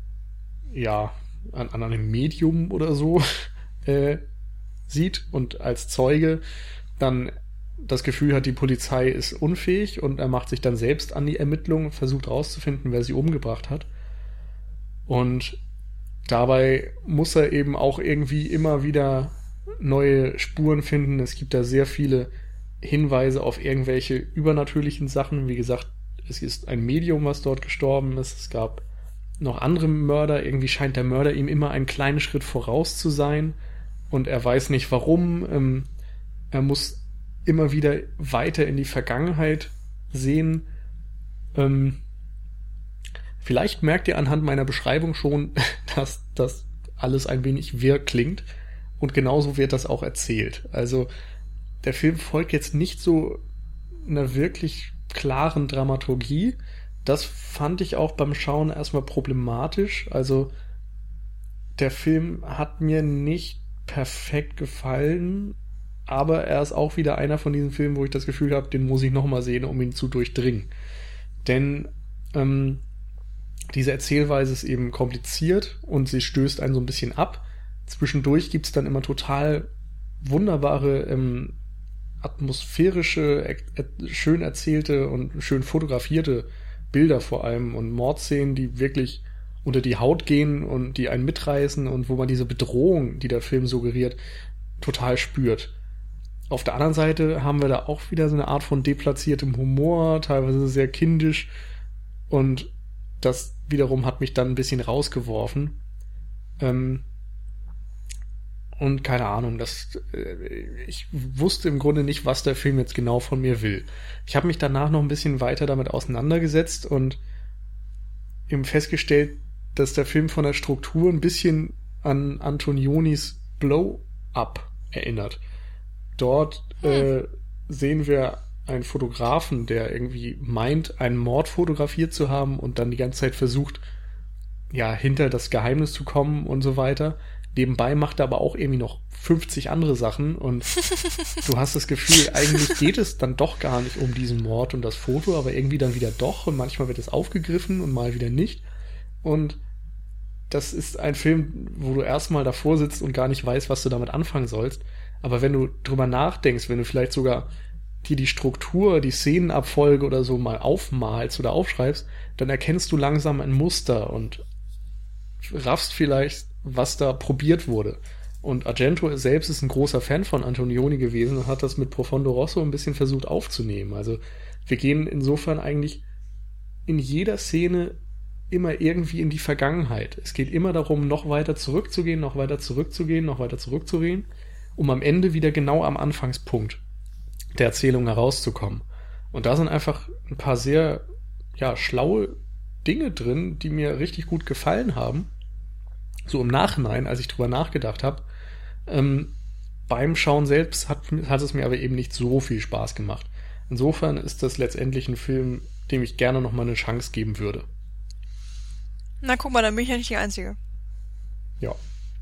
Medium oder so sieht und als Zeuge dann das Gefühl hat, die Polizei ist unfähig und er macht sich dann selbst an die Ermittlungen und versucht rauszufinden, wer sie umgebracht hat. Und dabei muss er eben auch irgendwie immer wieder neue Spuren finden. Es gibt da sehr viele Hinweise auf irgendwelche übernatürlichen Sachen. Wie gesagt, es ist ein Medium, was dort gestorben ist. Es gab noch andere Mörder. Irgendwie scheint der Mörder ihm immer einen kleinen Schritt voraus zu sein und er weiß nicht warum. Er muss immer wieder weiter in die Vergangenheit sehen. Vielleicht merkt ihr anhand meiner Beschreibung schon, dass das alles ein wenig wirr klingt. Und genauso wird das auch erzählt. Also der Film folgt jetzt nicht so einer wirklich klaren Dramaturgie. Das fand ich auch beim Schauen erstmal problematisch. Also der Film hat mir nicht perfekt gefallen, aber er ist auch wieder einer von diesen Filmen, wo ich das Gefühl habe, den muss ich nochmal sehen, um ihn zu durchdringen. Denn diese Erzählweise ist eben kompliziert und sie stößt einen so ein bisschen ab. Zwischendurch gibt's dann immer total wunderbare, atmosphärische, schön erzählte und schön fotografierte Bilder vor allem und Mordszenen, die wirklich unter die Haut gehen und die einen mitreißen und wo man diese Bedrohung, die der Film suggeriert, total spürt. Auf der anderen Seite haben wir da auch wieder so eine Art von deplatziertem Humor, teilweise sehr kindisch und das wiederum hat mich dann ein bisschen rausgeworfen. Und keine Ahnung, ich wusste im Grunde nicht, was der Film jetzt genau von mir will. Ich habe mich danach noch ein bisschen weiter damit auseinandergesetzt und eben festgestellt, dass der Film von der Struktur ein bisschen an Antonionis Blow-Up erinnert. Dort sehen wir einen Fotografen, der irgendwie meint, einen Mord fotografiert zu haben und dann die ganze Zeit versucht, hinter das Geheimnis zu kommen und so weiter. Nebenbei macht er aber auch irgendwie noch 50 andere Sachen und du hast das Gefühl, eigentlich geht es dann doch gar nicht um diesen Mord und das Foto, aber irgendwie dann wieder doch und manchmal wird es aufgegriffen und mal wieder nicht. Und das ist ein Film, wo du erstmal davor sitzt und gar nicht weißt, was du damit anfangen sollst. Aber wenn du drüber nachdenkst, wenn du vielleicht sogar dir die Struktur, die Szenenabfolge oder so mal aufmalst oder aufschreibst, dann erkennst du langsam ein Muster und raffst vielleicht, was da probiert wurde. Und Argento selbst ist ein großer Fan von Antonioni gewesen und hat das mit Profondo Rosso ein bisschen versucht aufzunehmen. Also wir gehen insofern eigentlich in jeder Szene immer irgendwie in die Vergangenheit. Es geht immer darum, noch weiter zurückzugehen, noch weiter zurückzugehen, noch weiter zurückzugehen, um am Ende wieder genau am Anfangspunkt der Erzählung herauszukommen. Und da sind einfach ein paar sehr, schlaue Dinge drin, die mir richtig gut gefallen haben. So im Nachhinein, als ich drüber nachgedacht habe. Beim Schauen selbst hat es mir aber eben nicht so viel Spaß gemacht. Insofern ist das letztendlich ein Film, dem ich gerne noch mal eine Chance geben würde. Na guck mal, dann bin ich ja nicht die Einzige. Ja.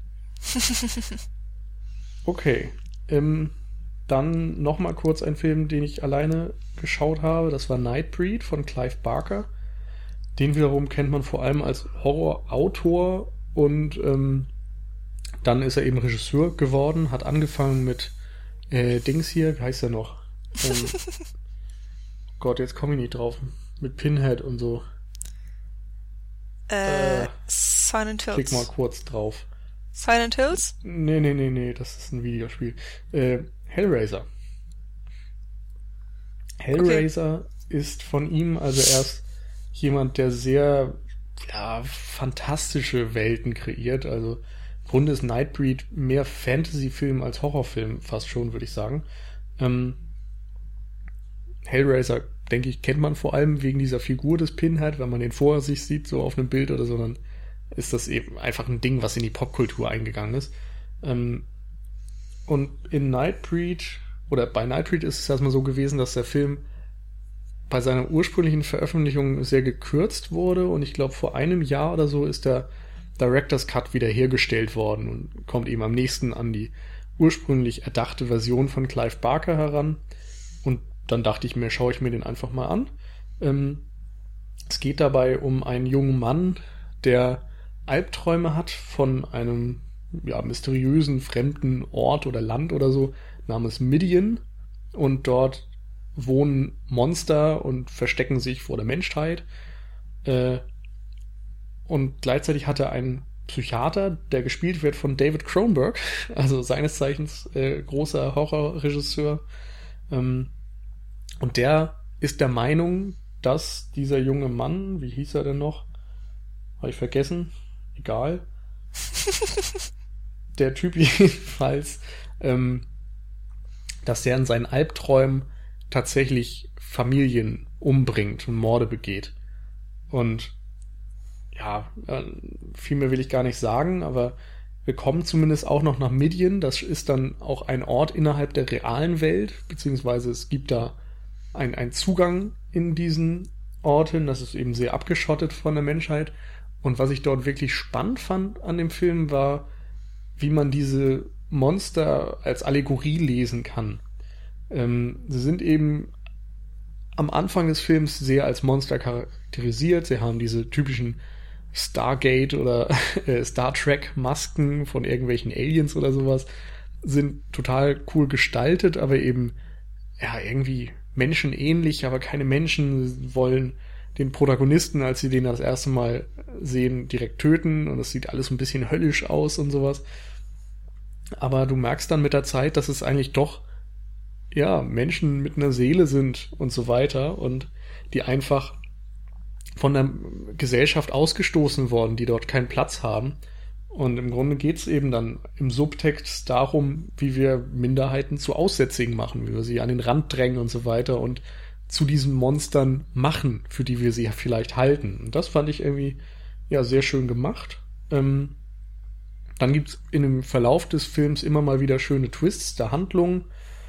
Okay. Dann noch mal kurz ein Film, den ich alleine geschaut habe. Das war Nightbreed von Clive Barker. Den wiederum kennt man vor allem als Horrorautor und dann ist er eben Regisseur geworden, hat angefangen mit Dings hier, wie heißt er noch? Gott, jetzt komme ich nicht drauf. Mit Pinhead und so. Silent Hills. Klick mal kurz drauf. Silent Hills? Nee, das ist ein Videospiel. Hellraiser. Hellraiser ist von ihm also erst jemand, der sehr fantastische Welten kreiert. Also im Grunde ist Nightbreed mehr Fantasy-Film als Horrorfilm, fast schon, würde ich sagen. Hellraiser, denke ich, kennt man vor allem wegen dieser Figur des Pinhead, wenn man den vor sich sieht, so auf einem Bild oder so, dann ist das eben einfach ein Ding, was in die Popkultur eingegangen ist. Und in Nightbreed, oder bei Nightbreed ist es erstmal so gewesen, dass der Film bei seiner ursprünglichen Veröffentlichung sehr gekürzt wurde und ich glaube vor einem Jahr oder so ist der Director's Cut wieder hergestellt worden und kommt eben am nächsten an die ursprünglich erdachte Version von Clive Barker heran. Und dann dachte ich mir, schaue ich mir den einfach mal an. Es geht dabei um einen jungen Mann, der Albträume hat von einem mysteriösen fremden Ort oder Land oder so namens Midian und dort wohnen Monster und verstecken sich vor der Menschheit. Und gleichzeitig hat er einen Psychiater, der gespielt wird von David Cronenberg, also seines Zeichens großer Horrorregisseur. Und der ist der Meinung, dass dieser junge Mann, wie hieß er denn noch? Habe ich vergessen. Egal. Der Typ jedenfalls, dass der in seinen Albträumen tatsächlich Familien umbringt und Morde begeht. Und viel mehr will ich gar nicht sagen, aber wir kommen zumindest auch noch nach Midian. Das ist dann auch ein Ort innerhalb der realen Welt, beziehungsweise es gibt da einen Zugang in diesen Ort hin. Das ist eben sehr abgeschottet von der Menschheit. Und was ich dort wirklich spannend fand an dem Film war, wie man diese Monster als Allegorie lesen kann. Sie sind eben am Anfang des Films sehr als Monster charakterisiert. Sie haben diese typischen Stargate oder Star Trek Masken von irgendwelchen Aliens oder sowas. Sind total cool gestaltet, aber eben irgendwie menschenähnlich, aber keine Menschen. Sie wollen den Protagonisten, als sie den das erste Mal sehen, direkt töten und es sieht alles ein bisschen höllisch aus und sowas. Aber du merkst dann mit der Zeit, dass es eigentlich doch Menschen mit einer Seele sind und so weiter und die einfach von der Gesellschaft ausgestoßen worden, die dort keinen Platz haben. Und im Grunde geht es eben dann im Subtext darum, wie wir Minderheiten zu Aussätzigen machen, wie wir sie an den Rand drängen und so weiter und zu diesen Monstern machen, für die wir sie vielleicht halten. Und das fand ich irgendwie sehr schön gemacht. Dann gibt's in dem Verlauf des Films immer mal wieder schöne Twists der Handlung.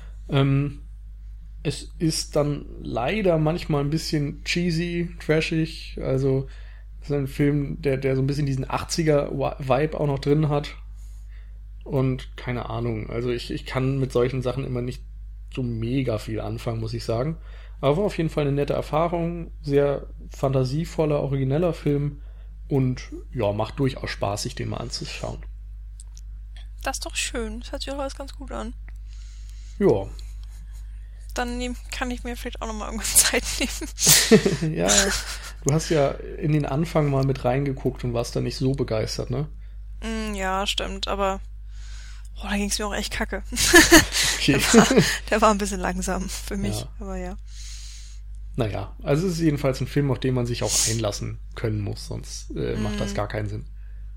Es ist dann leider manchmal ein bisschen cheesy, trashig. Also es ist ein Film, der so ein bisschen diesen 80er-Vibe auch noch drin hat. Und keine Ahnung, also ich kann mit solchen Sachen immer nicht so mega viel anfangen, muss ich sagen. Aber war auf jeden Fall eine nette Erfahrung, sehr fantasievoller, origineller Film und macht durchaus Spaß, sich den mal anzuschauen. Das ist doch schön, das hört sich auch alles ganz gut an. Ja. dann kann ich mir vielleicht auch nochmal irgendwann Zeit nehmen. Ja, du hast ja in den Anfang mal mit reingeguckt und warst da nicht so begeistert, ne? Ja, stimmt, aber da ging's mir auch echt kacke. Okay. Der war ein bisschen langsam für mich, Ja. aber ja. Naja, also es ist jedenfalls ein Film, auf den man sich auch einlassen können muss, sonst macht das gar keinen Sinn.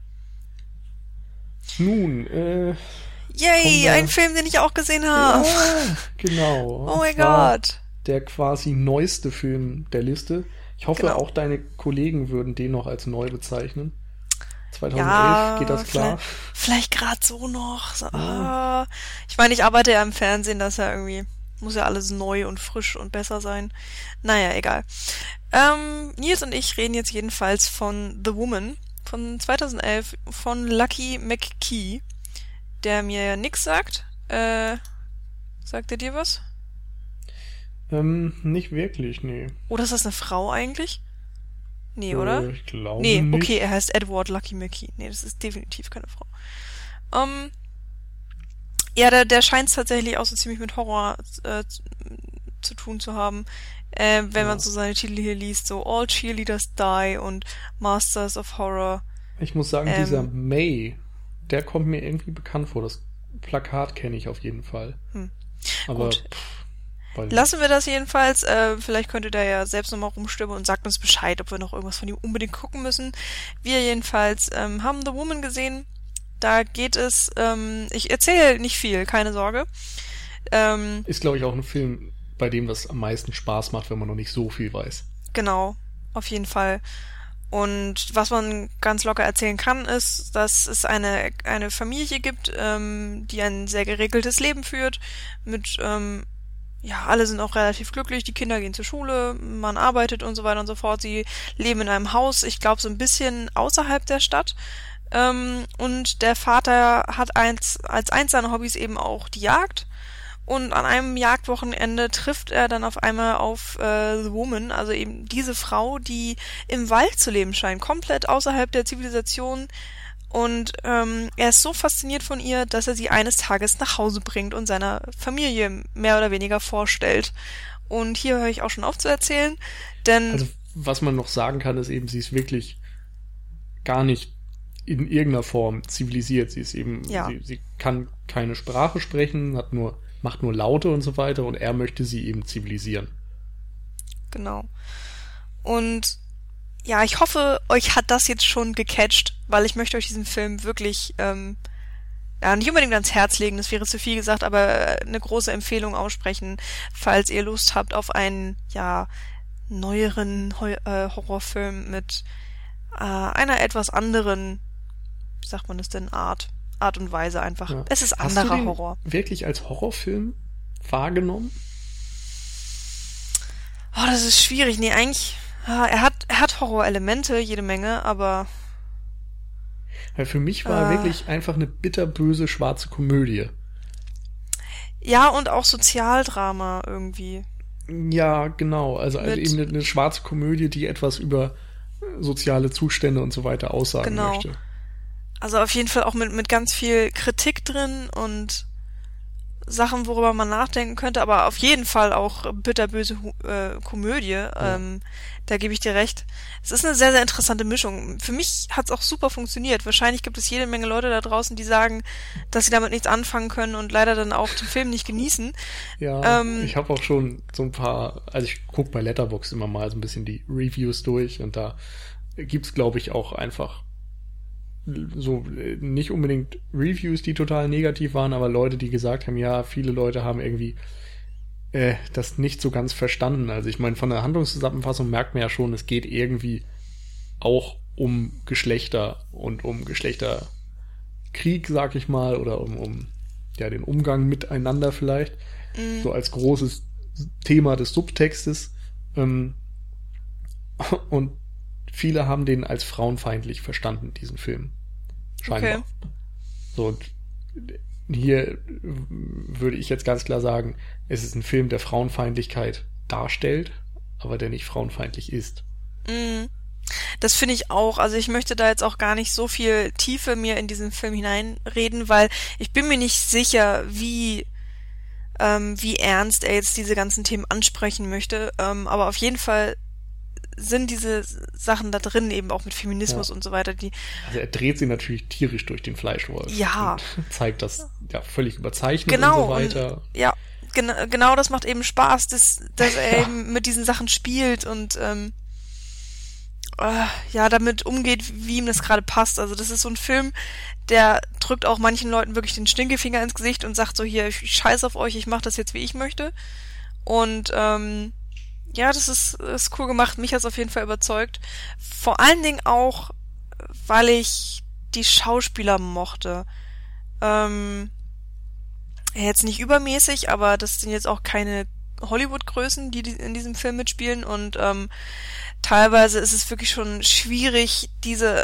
Nun, Yay, ein Film, den ich auch gesehen habe. ja, genau. Oh mein Und zwar Gott. der quasi neueste Film der Liste. Ich hoffe, Genau. auch deine Kollegen würden den noch als neu bezeichnen. 2011, Ja, geht das klar? Vielleicht gerade so noch. So, Ich meine, ich arbeite ja im Fernsehen, das ist ja irgendwie, muss ja alles neu und frisch und besser sein. Naja, egal. Nils und ich reden jetzt jedenfalls von The Woman von 2011 von Lucky McKee, der mir ja nix sagt. Sagt er dir was? Nicht wirklich, nee. Oder ist das eine Frau eigentlich? Nee, oder? Ich glaube Nee, nicht. okay, er heißt Edward Lucky McKee. Nee, das ist definitiv keine Frau. Ja, der scheint es tatsächlich auch so ziemlich mit Horror zu tun zu haben. Wenn man so seine Titel hier liest, so All Cheerleaders Die und Masters of Horror. Ich muss sagen, dieser May, der kommt mir irgendwie bekannt vor. Das Plakat kenne ich auf jeden Fall. Aber Gut. weiß nicht. Lassen wir das jedenfalls. Vielleicht könnt ihr da ja selbst nochmal rumstimmen und sagt uns Bescheid, ob wir noch irgendwas von ihm unbedingt gucken müssen. Wir jedenfalls haben The Woman gesehen. Da geht es, ich erzähle nicht viel, keine Sorge. Ist, glaube ich, auch ein Film, bei dem das am meisten Spaß macht, wenn man noch nicht so viel weiß. Genau, auf jeden Fall. Und was man ganz locker erzählen kann, ist, dass es eine Familie gibt, die ein sehr geregeltes Leben führt. Mit, alle sind auch relativ glücklich, die Kinder gehen zur Schule, man arbeitet und so weiter und so fort. Sie leben in einem Haus, ich glaube, so ein bisschen außerhalb der Stadt. Und der Vater hat als eins seiner Hobbys eben auch die Jagd. Und an einem Jagdwochenende trifft er dann auf einmal auf The Woman, also eben diese Frau, die im Wald zu leben scheint, komplett außerhalb der Zivilisation. Und er ist so fasziniert von ihr, dass er sie eines Tages nach Hause bringt und seiner Familie mehr oder weniger vorstellt. Und hier höre ich auch schon auf zu erzählen, denn... Also, was man noch sagen kann, ist eben, sie ist wirklich gar nicht in irgendeiner Form zivilisiert. Sie ist eben, sie kann keine Sprache sprechen, macht nur Laute und so weiter und er möchte sie eben zivilisieren. Genau. Und ja, ich hoffe, euch hat das jetzt schon gecatcht, weil ich möchte euch diesen Film wirklich nicht unbedingt ans Herz legen, das wäre zu viel gesagt, aber eine große Empfehlung aussprechen, falls ihr Lust habt auf einen neueren Horrorfilm mit einer etwas anderen, wie sagt man das denn, Art und Weise einfach. Ja. Es ist Hast anderer du den Horror. wirklich als Horrorfilm wahrgenommen? Oh, das ist schwierig. Nee, eigentlich, er hat Horrorelemente, jede Menge, aber... Weil für mich war er wirklich einfach eine bitterböse schwarze Komödie. Ja, und auch Sozialdrama irgendwie. Ja, genau. Also eben eine schwarze Komödie, die etwas über soziale Zustände und so weiter aussagen möchte. Also auf jeden Fall auch mit ganz viel Kritik drin und Sachen, worüber man nachdenken könnte, aber auf jeden Fall auch bitterböse Komödie. Ja. Da gebe ich dir recht. Es ist eine sehr, sehr interessante Mischung. Für mich hat es auch super funktioniert. Wahrscheinlich gibt es jede Menge Leute da draußen, die sagen, dass sie damit nichts anfangen können und leider dann auch den Film nicht genießen. Ja, ich habe auch schon so ein paar, also ich gucke bei Letterboxd immer mal so ein bisschen die Reviews durch und da gibt's, glaube ich, auch einfach so nicht unbedingt Reviews, die total negativ waren, aber Leute, die gesagt haben, ja, viele Leute haben irgendwie das nicht so ganz verstanden. Also ich meine, von der Handlungszusammenfassung merkt man ja schon, es geht irgendwie auch um Geschlechter und um Geschlechterkrieg, sag ich mal, oder um den Umgang miteinander vielleicht, so als großes Thema des Subtextes. Und viele haben den als frauenfeindlich verstanden, diesen Film. Scheinbar. Okay. So, und hier würde ich jetzt ganz klar sagen, es ist ein Film, der Frauenfeindlichkeit darstellt, aber der nicht frauenfeindlich ist. Das finde ich auch. Also ich möchte da jetzt auch gar nicht so viel Tiefe mir in diesen Film hineinreden, weil ich bin mir nicht sicher, wie wie ernst er jetzt diese ganzen Themen ansprechen möchte. Aber auf jeden Fall sind diese Sachen da drin, eben auch mit Feminismus und so weiter, die... Also er dreht sie natürlich tierisch durch den Fleischwolf. Ja. Und zeigt das ja völlig überzeichnet genau, und so weiter. Und, ja, genau das macht eben Spaß, dass er eben mit diesen Sachen spielt und damit umgeht, wie ihm das gerade passt. Also das ist so ein Film, der drückt auch manchen Leuten wirklich den Stinkefinger ins Gesicht und sagt so, hier, ich scheiß auf euch, ich mach das jetzt, wie ich möchte. Und das ist cool gemacht. Mich hat's auf jeden Fall überzeugt. Vor allen Dingen auch, weil ich die Schauspieler mochte. Jetzt nicht übermäßig, aber das sind jetzt auch keine Hollywood-Größen, die in diesem Film mitspielen. Und teilweise ist es wirklich schon schwierig, diese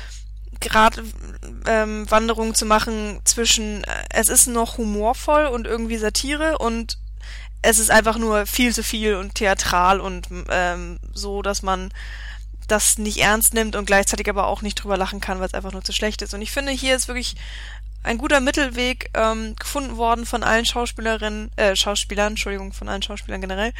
Wanderung zu machen zwischen, es ist noch humorvoll und irgendwie Satire und es ist einfach nur viel zu viel und theatral und so, dass man das nicht ernst nimmt und gleichzeitig aber auch nicht drüber lachen kann, weil es einfach nur zu schlecht ist. Und ich finde, hier ist wirklich ein guter Mittelweg gefunden worden von allen Schauspielern, von allen Schauspielern generell.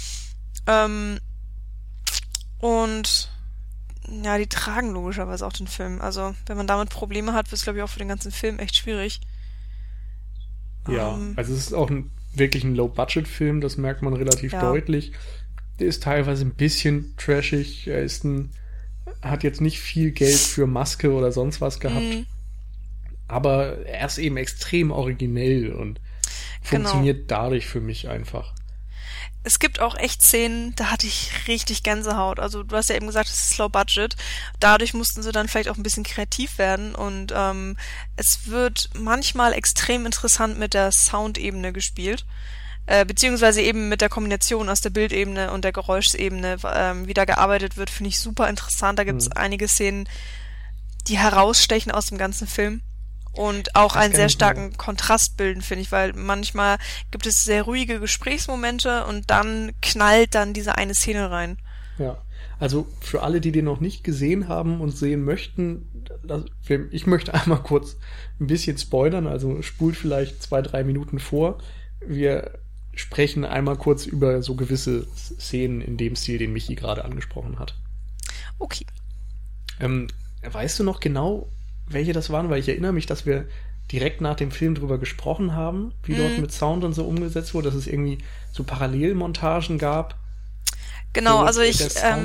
Und ja, die tragen logischerweise auch den Film. Also, wenn man damit Probleme hat, wird es, glaube ich, auch für den ganzen Film echt schwierig. Ja, also es ist auch wirklich ein Low-Budget-Film, das merkt man relativ deutlich. Der ist teilweise ein bisschen trashig. Hat jetzt nicht viel Geld für Maske oder sonst was gehabt. Aber er ist eben extrem originell und funktioniert dadurch für mich einfach. Es gibt auch echt Szenen, da hatte ich richtig Gänsehaut. Also du hast ja eben gesagt, es ist Low Budget. Dadurch mussten sie dann vielleicht auch ein bisschen kreativ werden. Und es wird manchmal extrem interessant mit der Soundebene gespielt. Beziehungsweise eben mit der Kombination aus der Bildebene und der Geräuschebene, wie da gearbeitet wird, finde ich super interessant. Da gibt es einige Szenen, die herausstechen aus dem ganzen Film. Und auch einen sehr starken Kontrast bilden, finde ich, weil manchmal gibt es sehr ruhige Gesprächsmomente und dann knallt dann diese eine Szene rein. Ja, also für alle, die den noch nicht gesehen haben und sehen möchten, ich möchte einmal kurz ein bisschen spoilern, also spult vielleicht 2-3 Minuten vor. Wir sprechen einmal kurz über so gewisse Szenen in dem Stil, den Michi gerade angesprochen hat. Okay. Weißt du noch genau, welche das waren? Weil ich erinnere mich, dass wir direkt nach dem Film drüber gesprochen haben, wie dort mit Sound und so umgesetzt wurde, dass es irgendwie so Parallelmontagen gab. Genau, also ich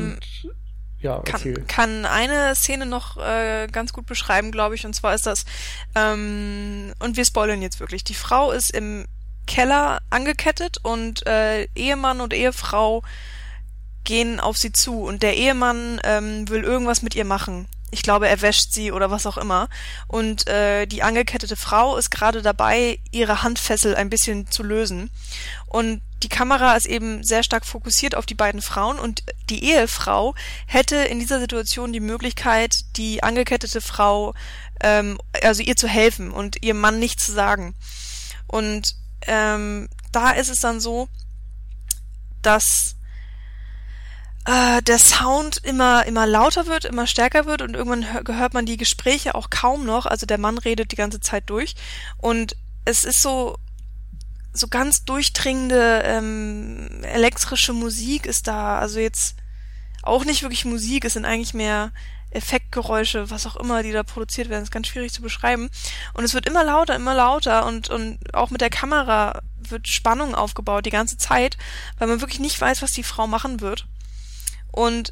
kann eine Szene noch ganz gut beschreiben, glaube ich, und zwar ist das, und wir spoilern jetzt wirklich, die Frau ist im Keller angekettet und Ehemann und Ehefrau gehen auf sie zu und der Ehemann will irgendwas mit ihr machen. Ich glaube, er wäscht sie oder was auch immer. Und die angekettete Frau ist gerade dabei, ihre Handfessel ein bisschen zu lösen. Und die Kamera ist eben sehr stark fokussiert auf die beiden Frauen. Und die Ehefrau hätte in dieser Situation die Möglichkeit, die angekettete Frau, also ihr zu helfen und ihrem Mann nichts zu sagen. Und da ist es dann so, dass der Sound immer lauter wird, immer stärker wird und irgendwann hört man die Gespräche auch kaum noch. Also der Mann redet die ganze Zeit durch und es ist so ganz durchdringende elektrische Musik ist da. Also jetzt auch nicht wirklich Musik, es sind eigentlich mehr Effektgeräusche, was auch immer, die da produziert werden. Das ist ganz schwierig zu beschreiben. Und es wird immer lauter und auch mit der Kamera wird Spannung aufgebaut die ganze Zeit, weil man wirklich nicht weiß, was die Frau machen wird. Und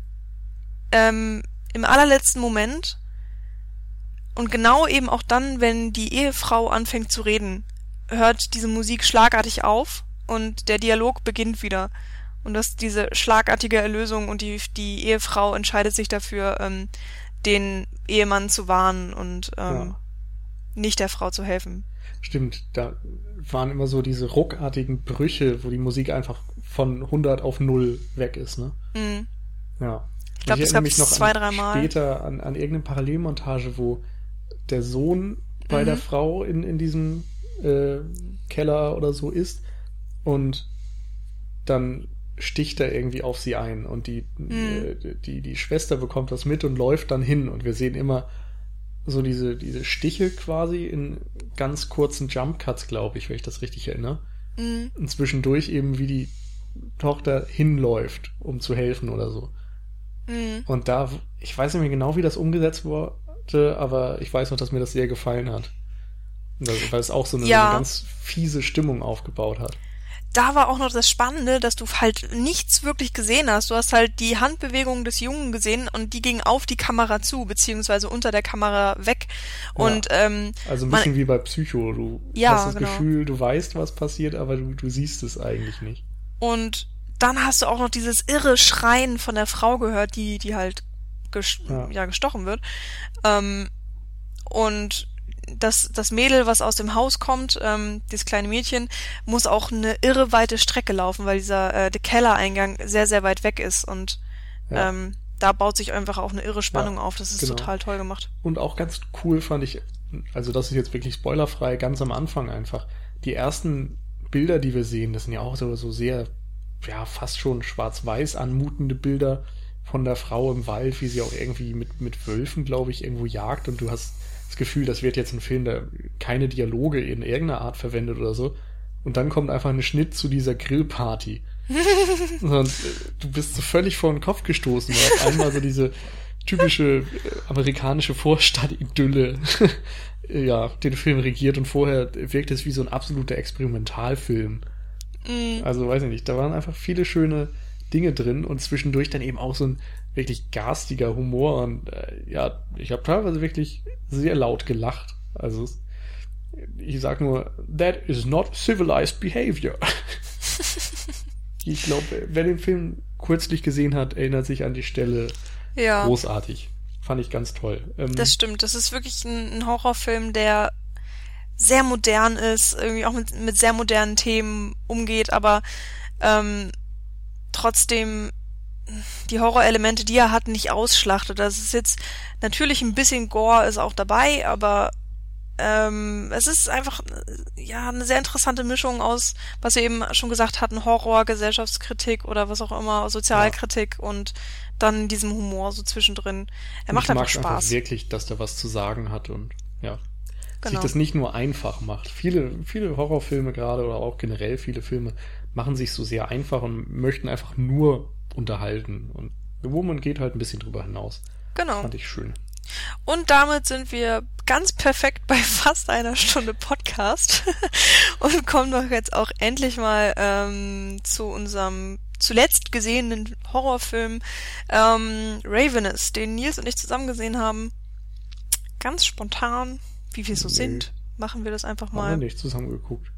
im allerletzten Moment und genau eben auch dann, wenn die Ehefrau anfängt zu reden, hört diese Musik schlagartig auf und der Dialog beginnt wieder. Und das ist diese schlagartige Erlösung und die Ehefrau entscheidet sich dafür, den Ehemann zu warnen und nicht der Frau zu helfen. Stimmt, da waren immer so diese ruckartigen Brüche, wo die Musik einfach von 100 auf 0 weg ist, ne? Mhm. Ja. Ich glaube, das gab es 2-3 Mal. Später an irgendeine Parallelmontage, wo der Sohn bei der Frau in diesem Keller oder so ist und dann sticht er irgendwie auf sie ein und die Schwester bekommt das mit und läuft dann hin und wir sehen immer so diese Stiche quasi in ganz kurzen Jump-Cuts, glaube ich, wenn ich das richtig erinnere. Und zwischendurch eben, wie die Tochter hinläuft, um zu helfen oder so. Und da, ich weiß nicht mehr genau, wie das umgesetzt wurde, aber ich weiß noch, dass mir das sehr gefallen hat. Weil es auch so eine ganz fiese Stimmung aufgebaut hat. Da war auch noch das Spannende, dass du halt nichts wirklich gesehen hast. Du hast halt die Handbewegungen des Jungen gesehen und die gingen auf die Kamera zu, beziehungsweise unter der Kamera weg. Und also ein bisschen wie bei Psycho. Du hast das Gefühl, du weißt, was passiert, aber du siehst es eigentlich nicht. Und dann hast du auch noch dieses irre Schreien von der Frau gehört, die halt gestochen wird. Und das Mädel, was aus dem Haus kommt, dieses kleine Mädchen, muss auch eine irre weite Strecke laufen, weil der Kellereingang sehr, sehr weit weg ist. Und da baut sich einfach auch eine irre Spannung auf. Das ist total toll gemacht. Und auch ganz cool fand ich, also das ist jetzt wirklich spoilerfrei, ganz am Anfang einfach. Die ersten Bilder, die wir sehen, das sind ja auch so sehr, fast schon schwarz-weiß anmutende Bilder von der Frau im Wald, wie sie auch irgendwie mit Wölfen, glaube ich, irgendwo jagt. Und du hast das Gefühl, das wird jetzt ein Film, der keine Dialoge in irgendeiner Art verwendet oder so. Und dann kommt einfach ein Schnitt zu dieser Grillparty. Und du bist so völlig vor den Kopf gestoßen, weil auf einmal so diese typische amerikanische Vorstadt-Idylle den Film regiert, und vorher wirkt es wie so ein absoluter Experimentalfilm. Also weiß ich nicht, da waren einfach viele schöne Dinge drin und zwischendurch dann eben auch so ein wirklich garstiger Humor und ich habe teilweise wirklich sehr laut gelacht. Also ich sag nur, that is not civilized behavior. Ich glaube, wer den Film kürzlich gesehen hat, erinnert sich an die Stelle. Großartig. Fand ich ganz toll. Das stimmt, das ist wirklich ein Horrorfilm, der sehr modern ist, irgendwie auch mit sehr modernen Themen umgeht, aber trotzdem die Horrorelemente, die er hat, nicht ausschlachtet. Das ist jetzt natürlich ein bisschen Gore ist auch dabei, aber es ist einfach eine sehr interessante Mischung aus, was wir eben schon gesagt hatten, Horror, Gesellschaftskritik oder was auch immer, Sozialkritik und dann diesem Humor so zwischendrin. Er macht einfach Spaß. Ich mag einfach wirklich, dass der was zu sagen hat und sich das nicht nur einfach macht. Viele Horrorfilme gerade oder auch generell viele Filme machen sich so sehr einfach und möchten einfach nur unterhalten. Und The Woman geht halt ein bisschen drüber hinaus. Genau. Fand ich schön. Und damit sind wir ganz perfekt bei fast einer Stunde Podcast und kommen doch jetzt auch endlich mal zu unserem zuletzt gesehenen Horrorfilm Ravenous, den Nils und ich zusammen gesehen haben. Ganz spontan, wie wir so sind, machen wir das einfach mal. Haben wir nicht zusammen geguckt.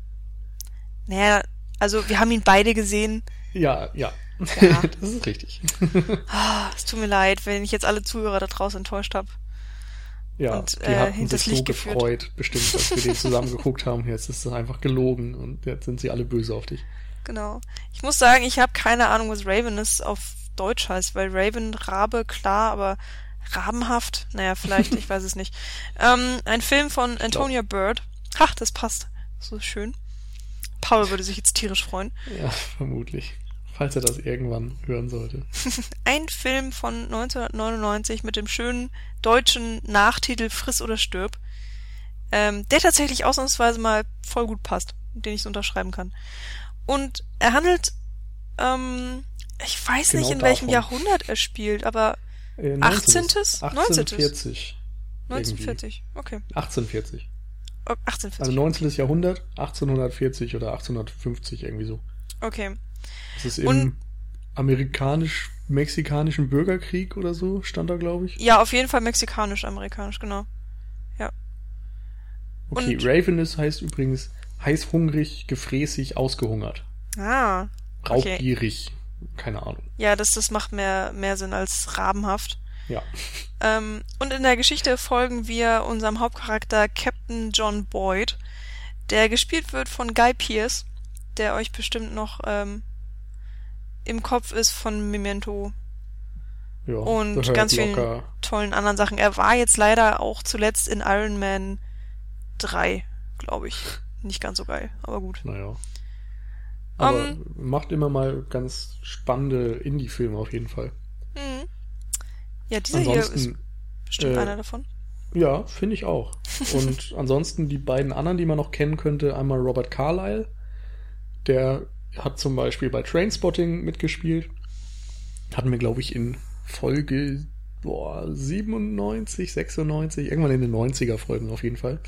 Naja, also wir haben ihn beide gesehen. Ja. Das ist richtig. Es tut mir leid, wenn ich jetzt alle Zuhörer da draußen enttäuscht habe. Ja, und die hatten sich so gefreut, bestimmt, dass wir den zusammen geguckt haben. Jetzt ist das einfach gelogen und jetzt sind sie alle böse auf dich. Genau. Ich muss sagen, ich habe keine Ahnung, was Ravenous auf Deutsch heißt, weil Raven, Rabe, klar, aber rabenhaft? Naja, vielleicht, ich weiß es nicht. Ein Film von Antonia Bird. Ach, das passt. So schön. Paul würde sich jetzt tierisch freuen. Ja, vermutlich. Falls er das irgendwann hören sollte. Ein Film von 1999 mit dem schönen deutschen Nachtitel Friss oder stirb, der tatsächlich ausnahmsweise mal voll gut passt, den ich so unterschreiben kann. Und er handelt, ich weiß nicht, in welchem Jahrhundert er spielt, aber 18. 1840. 1940, okay. 1840. 1840. Also 19. Jahrhundert, 1840 oder 1850, irgendwie so. Okay. Das ist im amerikanisch-mexikanischen Bürgerkrieg oder so, stand da, glaube ich. Ja, auf jeden Fall mexikanisch-amerikanisch, genau. Ja. Okay, Ravenous heißt übrigens heißhungrig, gefräßig, ausgehungert. Ah. Okay. Raubgierig, keine Ahnung. Ja, das macht mehr Sinn als rabenhaft. Ja. Und in der Geschichte folgen wir unserem Hauptcharakter Captain John Boyd, der gespielt wird von Guy Pearce, der euch bestimmt noch im Kopf ist von Memento und ganz vielen tollen anderen Sachen. Er war jetzt leider auch zuletzt in Iron Man 3, glaube ich. Nicht ganz so geil, aber gut. Naja. Aber macht immer mal ganz spannende Indie-Filme auf jeden Fall. Mhm. Ja, dieser hier ist bestimmt einer davon. Ja, finde ich auch. Und ansonsten die beiden anderen, die man noch kennen könnte, einmal Robert Carlyle, Der hat zum Beispiel bei Trainspotting mitgespielt. Hatten wir, glaube ich, in Folge 97, 96, irgendwann in den 90er Folgen auf jeden Fall.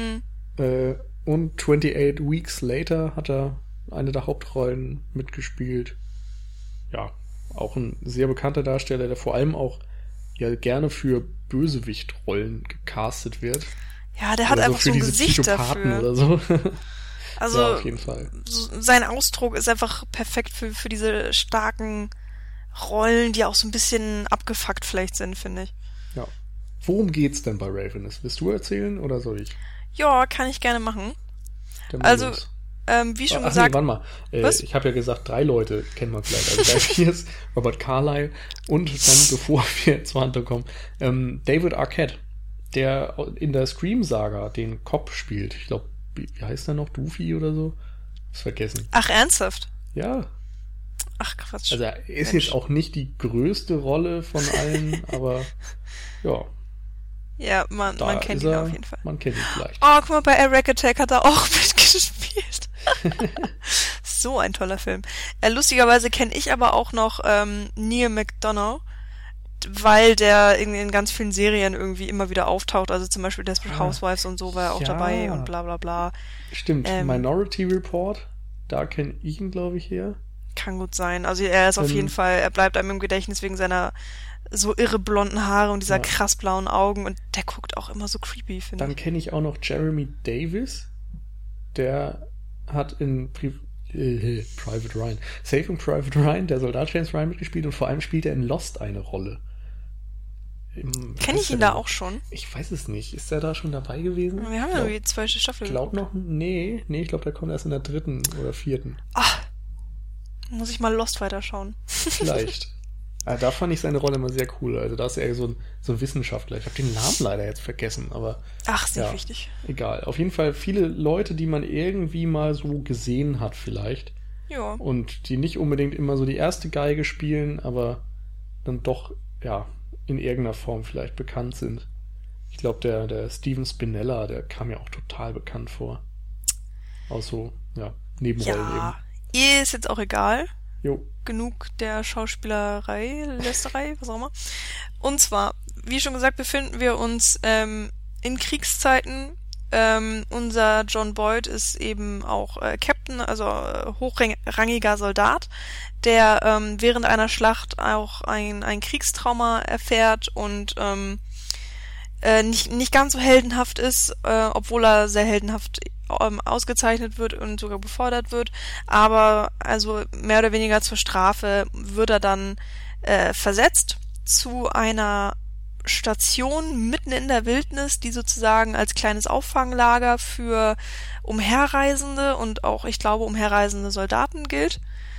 Und 28 Weeks Later hat er eine der Hauptrollen mitgespielt. Ja, auch ein sehr bekannter Darsteller, der vor allem auch ja gerne für Bösewichtrollen gecastet wird. Ja, der hat oder einfach so ein Gesicht dafür. Oder so. Also ja, auf jeden Fall. Sein Ausdruck ist einfach perfekt für diese starken Rollen, die auch so ein bisschen abgefuckt vielleicht sind, finde ich. Ja. Worum geht's denn bei Ravenous? Willst du erzählen oder soll ich? Ja, kann ich gerne machen. Dann Also, los. wie schon gesagt... Nee, warte mal. Ich habe ja gesagt, 3 Leute kennen wir vielleicht. Also Guy Pearce, Robert Carlyle und dann, bevor wir zur Handlung kommen, David Arquette, der in der Scream-Saga den Cop spielt. Ich glaube, wie heißt der noch? Doofy oder so? Ist vergessen. Ach, ernsthaft? Ja. Ach, Quatsch. Also er ist jetzt auch nicht die größte Rolle von allen, aber ja. Ja, man kennt ihn auf jeden Fall. Man kennt ihn vielleicht. Oh, guck mal, bei Eric Attack hat er auch mitgespielt. So ein toller Film. Lustigerweise kenne ich aber auch noch Neil McDonough, weil der irgendwie in ganz vielen Serien irgendwie immer wieder auftaucht. Also zum Beispiel Desperate Housewives und so war er auch dabei und bla bla bla. Stimmt, Minority Report, da kenne ich ihn, glaube ich, her. Kann gut sein. Also er ist auf jeden Fall, er bleibt einem im Gedächtnis wegen seiner so irre blonden Haare und dieser krass blauen Augen und der guckt auch immer so creepy, finde ich. Dann kenne ich auch noch Jeremy Davis, der hat in Private Ryan, Saving Private Ryan, der Soldat James Ryan mitgespielt und vor allem spielt er in Lost eine Rolle. Kenne ich ihn da auch schon? Ich weiß es nicht. Ist er da schon dabei gewesen? Wir haben ja nur die 2. Staffel. Ich glaube noch, nee, ich glaube, der kommt erst in der 3. oder 4. Ach, muss ich mal Lost weiterschauen. Vielleicht. Da fand ich seine Rolle immer sehr cool. Also da ist er so ein Wissenschaftler. Ich habe den Namen leider jetzt vergessen, aber... Ach, ist nicht wichtig. Egal. Auf jeden Fall viele Leute, die man irgendwie mal so gesehen hat vielleicht. Ja. Und die nicht unbedingt immer so die erste Geige spielen, aber dann doch, ja, in irgendeiner Form vielleicht bekannt sind. Ich glaube, der Steven Spinella, der kam mir auch total bekannt vor. Aus so, Nebenrollen eben. Ist jetzt auch egal. Jo. Genug der Schauspielerei, Lästerei, was auch immer. Und zwar, wie schon gesagt, befinden wir uns in Kriegszeiten. Unser John Boyd ist eben auch Captain, also hochrangiger Soldat, der während einer Schlacht auch ein Kriegstrauma erfährt und nicht ganz so heldenhaft ist, obwohl er sehr heldenhaft ausgezeichnet wird und sogar befördert wird, aber also mehr oder weniger zur Strafe wird er dann versetzt zu einer Station mitten in der Wildnis, die sozusagen als kleines Auffanglager für umherreisende und auch, ich glaube, umherreisende Soldaten gilt.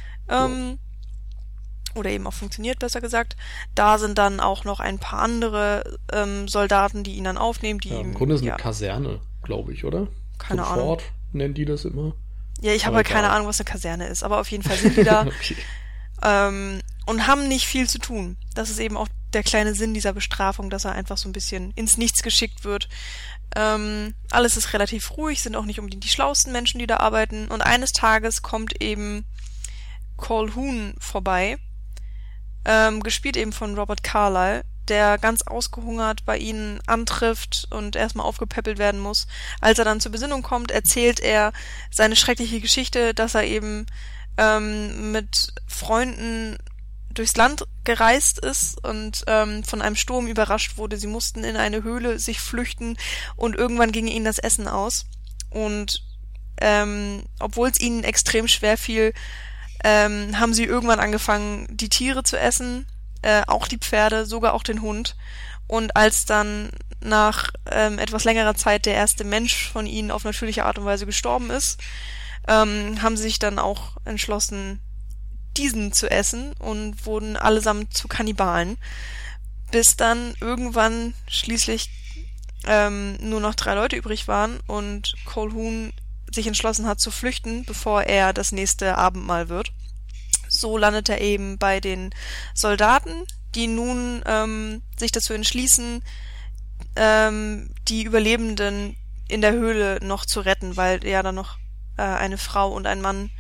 Oder eben auch funktioniert, besser gesagt. Da sind dann auch noch ein paar andere Soldaten, die ihn dann aufnehmen. Die im Grunde ist eine Kaserne, glaube ich, oder? Keine Ahnung. Fort nennen die das immer. Ja, ich habe halt keine Ahnung, was eine Kaserne ist, aber auf jeden Fall sind die da und haben nicht viel zu tun. Das ist eben auch der kleine Sinn dieser Bestrafung, dass er einfach so ein bisschen ins Nichts geschickt wird. Alles ist relativ ruhig, sind auch nicht unbedingt die schlauesten Menschen, die da arbeiten. Und eines Tages kommt eben Calhoun vorbei, gespielt eben von Robert Carlyle, der ganz ausgehungert bei ihnen antrifft und erstmal aufgepäppelt werden muss. Als er dann zur Besinnung kommt, erzählt er seine schreckliche Geschichte, dass er eben mit Freunden durchs Land gereist ist und von einem Sturm überrascht wurde. Sie mussten in eine Höhle sich flüchten und irgendwann ging ihnen das Essen aus. Und obwohl es ihnen extrem schwer fiel, haben sie irgendwann angefangen, die Tiere zu essen, auch die Pferde, sogar auch den Hund. Und als dann nach etwas längerer Zeit der erste Mensch von ihnen auf natürliche Art und Weise gestorben ist, haben sie sich dann auch entschlossen, diesen zu essen und wurden allesamt zu Kannibalen, bis dann irgendwann schließlich nur noch 3 Leute übrig waren und Calhoun sich entschlossen hat zu flüchten, bevor er das nächste Abendmahl wird. So landet er eben bei den Soldaten, die nun sich dazu entschließen, die Überlebenden in der Höhle noch zu retten, weil ja dann noch eine Frau und ein Mann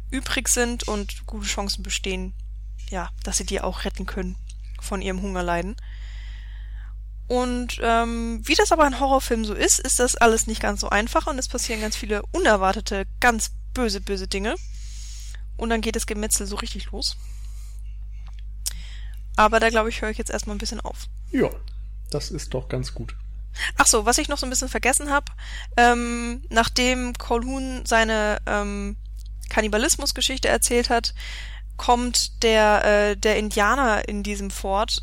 übrig sind und gute Chancen bestehen, ja, dass sie die auch retten können von ihrem Hungerleiden. Und wie das aber in Horrorfilmen so ist das alles nicht ganz so einfach und es passieren ganz viele unerwartete, ganz böse Dinge. Und dann geht das Gemetzel so richtig los. Aber da, glaube ich, höre ich jetzt erstmal ein bisschen auf. Ja, das ist doch ganz gut. Ach so, was ich noch so ein bisschen vergessen habe, nachdem Calhoun seine Kannibalismus-Geschichte erzählt hat, kommt der Indianer in diesem Fort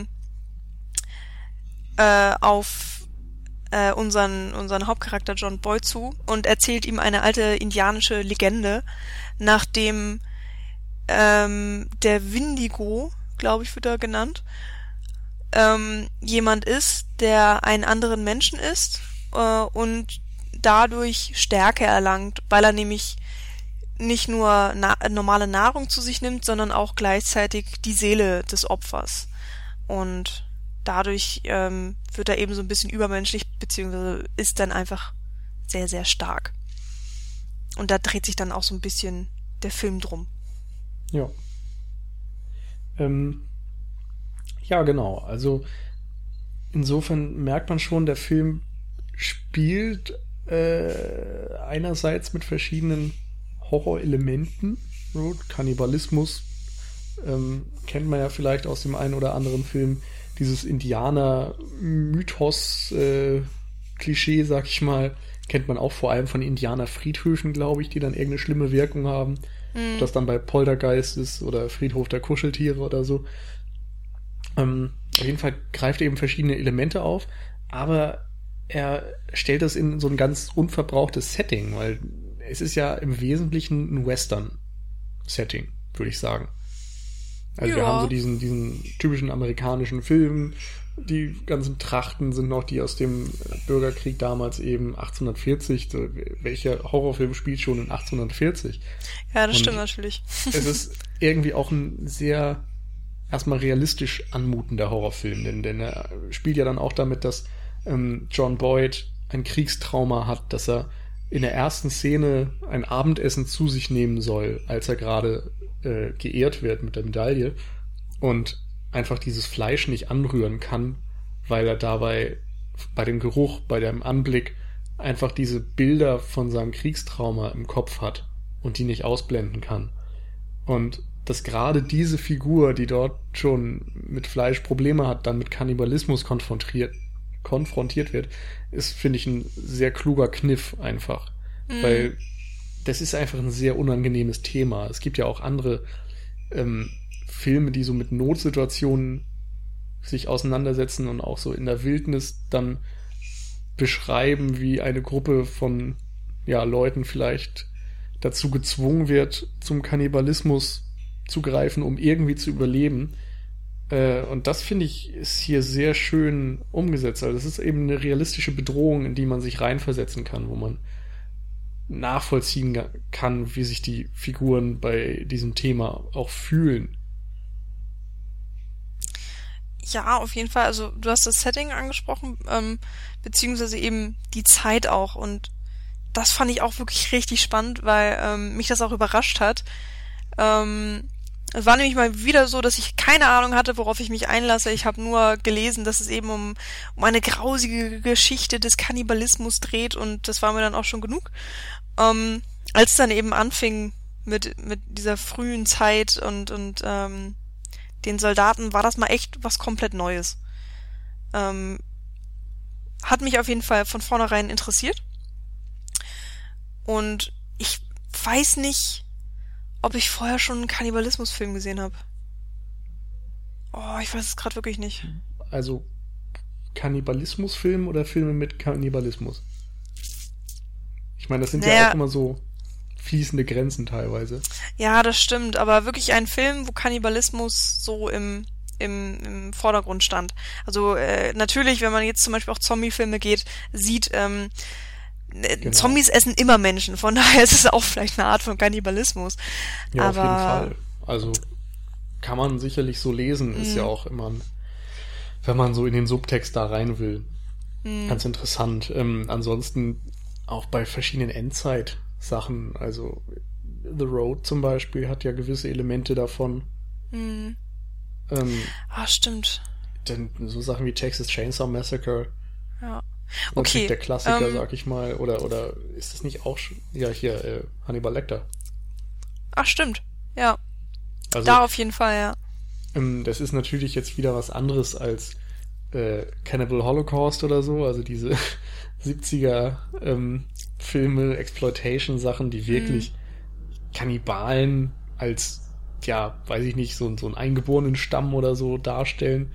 auf unseren Hauptcharakter John Boyd zu und erzählt ihm eine alte indianische Legende, nachdem der Windigo, glaube ich, wird er genannt, jemand ist, der einen anderen Menschen ist und dadurch Stärke erlangt, weil er nämlich nicht nur normale Nahrung zu sich nimmt, sondern auch gleichzeitig die Seele des Opfers. Und dadurch wird er eben so ein bisschen übermenschlich, beziehungsweise ist dann einfach sehr, sehr stark. Und da dreht sich dann auch so ein bisschen der Film drum. Ja. Ja, genau. Also insofern merkt man schon, der Film spielt einerseits mit verschiedenen Horrorelementen. So, Kannibalismus kennt man ja vielleicht aus dem einen oder anderen Film. Dieses Indianer-Mythos-Klischee, sag ich mal, kennt man auch vor allem von Indianer-Friedhöfen, glaube ich, die dann irgendeine schlimme Wirkung haben. Ob das dann bei Poltergeist ist oder Friedhof der Kuscheltiere oder so. Auf jeden Fall greift er eben verschiedene Elemente auf, aber er stellt das in so ein ganz unverbrauchtes Setting, weil es ist ja im Wesentlichen ein Western-Setting, würde ich sagen. Also wir haben so diesen typischen amerikanischen Film, die ganzen Trachten sind noch die aus dem Bürgerkrieg damals eben 1840. Welcher Horrorfilm spielt schon in 1840? Ja, das stimmt natürlich. Es ist irgendwie auch ein sehr erstmal realistisch anmutender Horrorfilm, denn er spielt ja dann auch damit, dass John Boyd ein Kriegstrauma hat, dass er in der ersten Szene ein Abendessen zu sich nehmen soll, als er gerade geehrt wird mit der Medaille und einfach dieses Fleisch nicht anrühren kann, weil er dabei bei dem Geruch, bei dem Anblick einfach diese Bilder von seinem Kriegstrauma im Kopf hat und die nicht ausblenden kann. Und dass gerade diese Figur, die dort schon mit Fleisch Probleme hat, dann mit Kannibalismus konfrontiert wird, ist, finde ich, ein sehr kluger Kniff einfach. Weil das ist einfach ein sehr unangenehmes Thema. Es gibt ja auch andere Filme, die so mit Notsituationen sich auseinandersetzen und auch so in der Wildnis dann beschreiben, wie eine Gruppe von Leuten vielleicht dazu gezwungen wird, zum Kannibalismus zu greifen, um irgendwie zu überleben. Und das, finde ich, ist hier sehr schön umgesetzt. Also das ist eben eine realistische Bedrohung, in die man sich reinversetzen kann, wo man nachvollziehen kann, wie sich die Figuren bei diesem Thema auch fühlen. Ja, auf jeden Fall. Also du hast das Setting angesprochen, beziehungsweise eben die Zeit auch. Und das fand ich auch wirklich richtig spannend, weil mich das auch überrascht hat. Es war nämlich mal wieder so, dass ich keine Ahnung hatte, worauf ich mich einlasse. Ich habe nur gelesen, dass es eben um eine grausige Geschichte des Kannibalismus dreht und das war mir dann auch schon genug. Als es dann eben anfing mit dieser frühen Zeit und den Soldaten, war das mal echt was komplett Neues. Hat mich auf jeden Fall von vornherein interessiert. Und ich weiß nicht, ob ich vorher schon einen Kannibalismusfilm gesehen habe. Oh, ich weiß es gerade wirklich nicht. Also Kannibalismusfilm oder Filme mit Kannibalismus? Ich meine, das sind ja auch immer so fließende Grenzen teilweise. Ja, das stimmt, aber wirklich ein Film, wo Kannibalismus so im Vordergrund stand. Also natürlich, wenn man jetzt zum Beispiel auch Zombie-Filme sieht, genau. Zombies essen immer Menschen, von daher ist es auch vielleicht eine Art von Kannibalismus. Ja, aber auf jeden Fall. Also kann man sicherlich so lesen, ist ja auch immer, wenn man so in den Subtext da rein will, ganz interessant. Ansonsten auch bei verschiedenen Endzeit-Sachen, also The Road zum Beispiel hat ja gewisse Elemente davon. Stimmt. Denn so Sachen wie Texas Chainsaw Massacre. Ja. Okay. Der Klassiker, sag ich mal. Oder ist das nicht auch schon? Ja, hier, Hannibal Lecter. Ach, stimmt. Ja. Also, da auf jeden Fall, ja. Das ist natürlich jetzt wieder was anderes als Cannibal Holocaust oder so. Also diese 70er Filme, Exploitation-Sachen, die wirklich Kannibalen als, ja, weiß ich nicht, so einen eingeborenen Stamm oder so darstellen.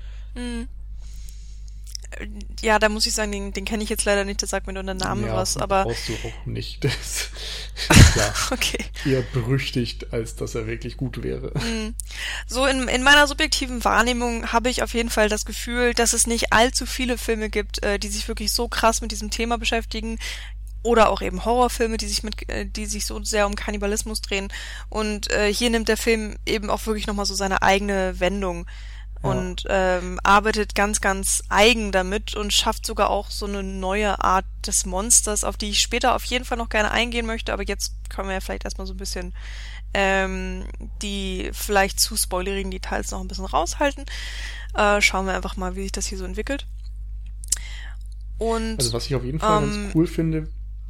Ja, da muss ich sagen, den kenne ich jetzt leider nicht, das sagt mir nur der Name was, aber... brauchst du auch nicht. Das ist ja okay. eher berüchtigt, als dass er wirklich gut wäre. So in meiner subjektiven Wahrnehmung habe ich auf jeden Fall das Gefühl, dass es nicht allzu viele Filme gibt, die sich wirklich so krass mit diesem Thema beschäftigen. Oder auch eben Horrorfilme, die sich so sehr um Kannibalismus drehen. Und hier nimmt der Film eben auch wirklich nochmal so seine eigene Wendung. Und arbeitet ganz, ganz eigen damit und schafft sogar auch so eine neue Art des Monsters, auf die ich später auf jeden Fall noch gerne eingehen möchte, aber jetzt können wir ja vielleicht erstmal so ein bisschen die vielleicht zu spoilerigen Details noch ein bisschen raushalten. Schauen wir einfach mal, wie sich das hier so entwickelt. Und also was ich auf jeden Fall ganz cool finde,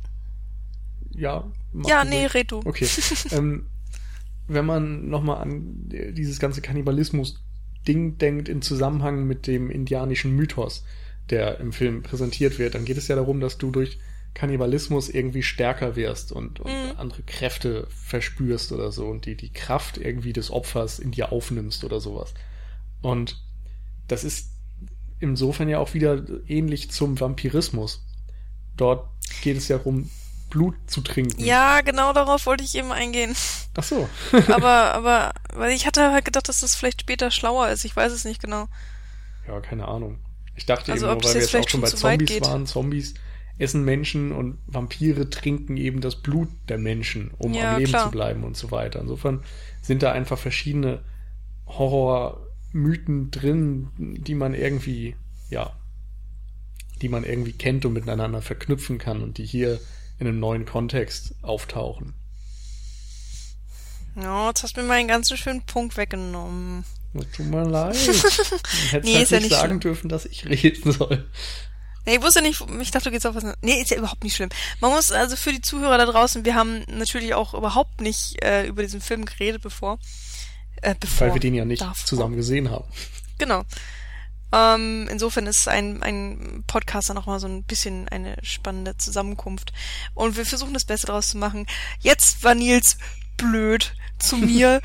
red du. Okay. Wenn man nochmal an dieses ganze Kannibalismus-Ding denkt im Zusammenhang mit dem indianischen Mythos, der im Film präsentiert wird, dann geht es ja darum, dass du durch Kannibalismus irgendwie stärker wirst und andere Kräfte verspürst oder so und die Kraft irgendwie des Opfers in dir aufnimmst oder sowas. Und das ist insofern ja auch wieder ähnlich zum Vampirismus. Dort geht es ja darum, Blut zu trinken. Ja, genau darauf wollte ich eben eingehen. Ach so. aber weil ich hatte halt gedacht, dass das vielleicht später schlauer ist. Ich weiß es nicht genau. Ja, keine Ahnung. Ich dachte also, eben nur, weil wir jetzt auch schon bei Zombies waren. Zombies essen Menschen und Vampire trinken eben das Blut der Menschen, um am Leben zu bleiben und so weiter. Insofern sind da einfach verschiedene Horrormythen drin, die man irgendwie kennt und miteinander verknüpfen kann und die hier in einem neuen Kontext auftauchen. Ja, jetzt hast du mir mal einen ganzen schönen Punkt weggenommen. Tut mir leid. Du hättest nicht sagen dürfen, dass ich reden soll. Nee, ich wusste nicht, ich dachte, du gehst auf was... Nee, ist ja überhaupt nicht schlimm. Man muss also für die Zuhörer da draußen, wir haben natürlich auch überhaupt nicht über diesen Film geredet, bevor weil wir den ja nicht zusammen gesehen haben. Genau. Insofern ist ein Podcast dann auch mal so ein bisschen eine spannende Zusammenkunft. Und wir versuchen das Beste draus zu machen. Jetzt war Nils blöd zu mir.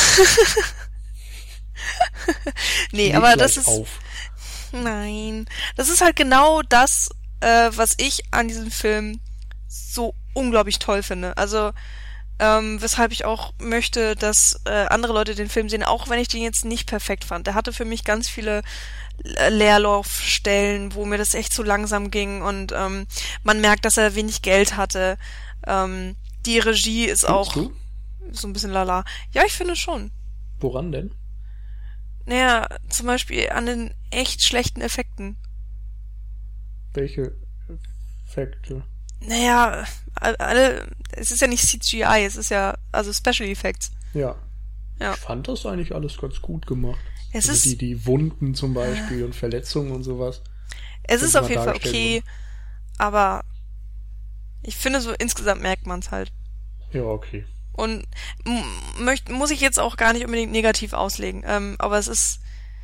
Nee, aber das ist... Nein. Das ist halt genau das, was ich an diesem Film so unglaublich toll finde. Also, weshalb ich auch möchte, dass andere Leute den Film sehen, auch wenn ich den jetzt nicht perfekt fand. Der hatte für mich ganz viele Leerlaufstellen, wo mir das echt zu langsam ging und man merkt, dass er wenig Geld hatte. Die Regie ist auch so ein bisschen lala. Ja, ich finde schon. Woran denn? Naja, zum Beispiel an den echt schlechten Effekten. Welche Effekte? Naja, es ist ja nicht CGI, es ist ja, also Special Effects. Ja. Ich fand das eigentlich alles ganz gut gemacht. Es also ist die Wunden zum Beispiel und Verletzungen und sowas. Es ist auf jeden Fall okay, aber ich finde so insgesamt merkt man es halt. Ja, okay. Und muss ich jetzt auch gar nicht unbedingt negativ auslegen, aber es ist,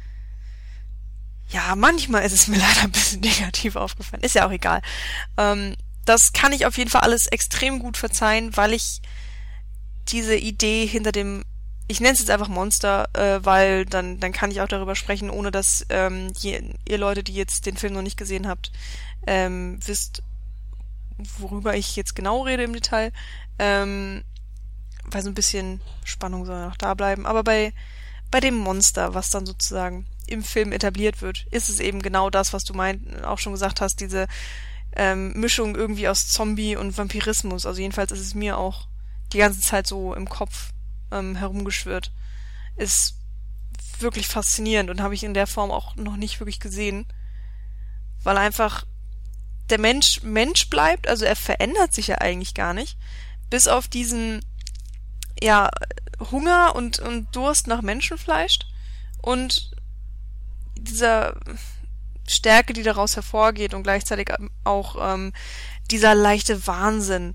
ja, manchmal ist es mir leider ein bisschen negativ aufgefallen. Ist ja auch egal. Das kann ich auf jeden Fall alles extrem gut verzeihen, weil ich diese Idee hinter dem, ich nenne es jetzt einfach Monster, weil dann kann ich auch darüber sprechen, ohne dass ihr Leute, die jetzt den Film noch nicht gesehen habt, wisst, worüber ich jetzt genau rede im Detail. Weil so ein bisschen Spannung soll noch da bleiben. Aber bei dem Monster, was dann sozusagen im Film etabliert wird, ist es eben genau das, was du auch schon gesagt hast, diese Mischung irgendwie aus Zombie und Vampirismus. Also jedenfalls ist es mir auch die ganze Zeit so im Kopf herumgeschwirrt. Ist wirklich faszinierend und habe ich in der Form auch noch nicht wirklich gesehen. Weil einfach der Mensch bleibt, also er verändert sich ja eigentlich gar nicht. Bis auf diesen ja, Hunger und Durst nach Menschenfleisch und dieser Stärke, die daraus hervorgeht und gleichzeitig auch dieser leichte Wahnsinn,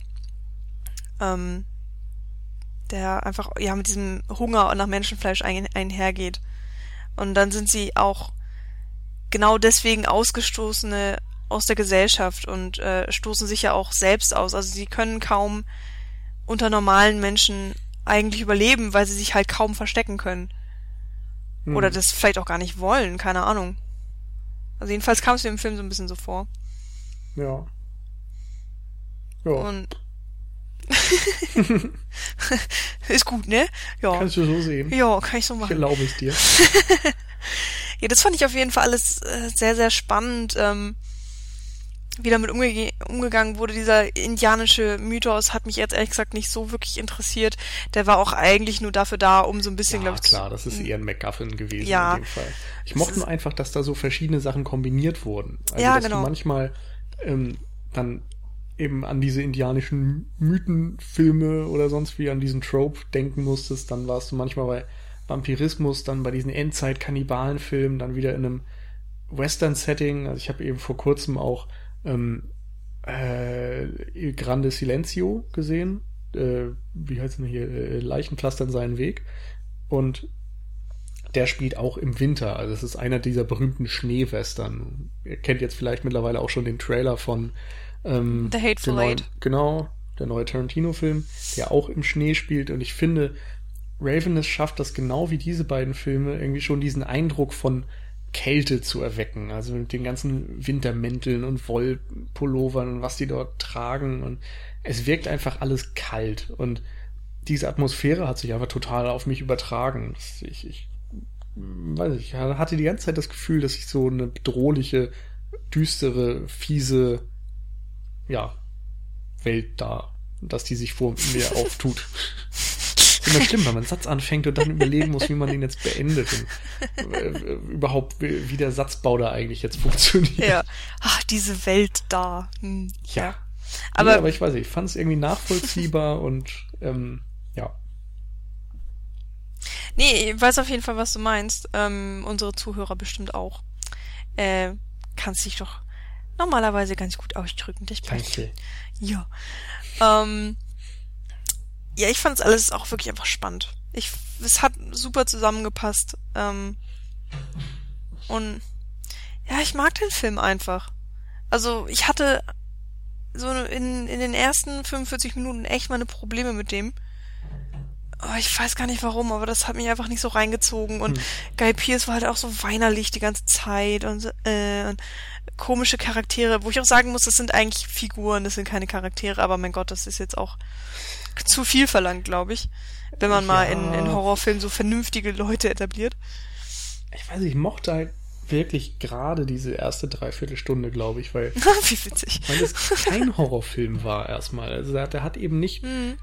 der einfach ja mit diesem Hunger nach Menschenfleisch einhergeht. Und dann sind sie auch genau deswegen Ausgestoßene aus der Gesellschaft und stoßen sich ja auch selbst aus. Also sie können kaum unter normalen Menschen eigentlich überleben, weil sie sich halt kaum verstecken können. Oder das vielleicht auch gar nicht wollen, keine Ahnung. Also jedenfalls kam es mir im Film so ein bisschen so vor. Ja. Ja. Und ist gut, ne? Ja. Kannst du so sehen. Ja, kann ich so machen. Ich erlaube es dir. Ja, das fand ich auf jeden Fall alles sehr, sehr spannend. Wie damit umgegangen wurde, dieser indianische Mythos hat mich jetzt ehrlich gesagt nicht so wirklich interessiert. Der war auch eigentlich nur dafür da, um so ein bisschen, Ja, glaube ich... klar, das ist eher ein MacGuffin gewesen Ja. in dem Fall. Ich mochte nur einfach, dass da so verschiedene Sachen kombiniert wurden. Also, Ja, dass genau. du manchmal dann eben an diese indianischen Mythenfilme oder sonst wie an diesen Trope denken musstest. Dann warst du manchmal bei Vampirismus, dann bei diesen Endzeit-Kannibalen-Filmen, dann wieder in einem Western-Setting. Also ich habe eben vor kurzem auch Il Grande Silencio gesehen. Wie heißt denn hier? Leichenpflastern seinen Weg. Und der spielt auch im Winter. Also es ist einer dieser berühmten Schneewestern. Ihr kennt jetzt vielleicht mittlerweile auch schon den Trailer von The Hateful Eight. Genau, der neue Tarantino-Film, der auch im Schnee spielt. Und ich finde, Ravenous schafft das genau wie diese beiden Filme, irgendwie schon diesen Eindruck von Kälte zu erwecken. Also mit den ganzen Wintermänteln und Wollpullovern und was die dort tragen. Und es wirkt einfach alles kalt. Und diese Atmosphäre hat sich einfach total auf mich übertragen. Ich weiß nicht, ich hatte die ganze Zeit das Gefühl, dass ich so eine bedrohliche, düstere, fiese, ja, Welt da, dass die sich vor mir auftut. Ist immer schlimm, wenn man einen Satz anfängt und dann überlegen muss, wie man den jetzt beendet und überhaupt, wie der Satzbau da eigentlich jetzt funktioniert. Ja. Ach, diese Welt da. Ja. Aber, nee, aber ich weiß nicht, ich fand es irgendwie nachvollziehbar und ja. Nee, ich weiß auf jeden Fall, was du meinst. Unsere Zuhörer bestimmt auch. Kannst dich doch normalerweise ganz gut ausdrücken. Danke. Ja. Ja, ich fand es alles auch wirklich einfach spannend. Es hat super zusammengepasst. Und ja, ich mag den Film einfach. Also ich hatte so in den ersten 45 Minuten echt meine Probleme mit dem. Oh, ich weiß gar nicht warum, aber das hat mich einfach nicht so reingezogen. Und Guy Pearce war halt auch so weinerlich die ganze Zeit und komische Charaktere, wo ich auch sagen muss, das sind eigentlich Figuren, das sind keine Charaktere, aber mein Gott, das ist jetzt auch zu viel verlangt, glaube ich, wenn man mal in Horrorfilmen so vernünftige Leute etabliert. Ich weiß nicht, ich mochte halt wirklich gerade diese erste Dreiviertelstunde, glaube ich, weil Wie witzig. weil es kein Horrorfilm war erstmal. Also der hat eben nicht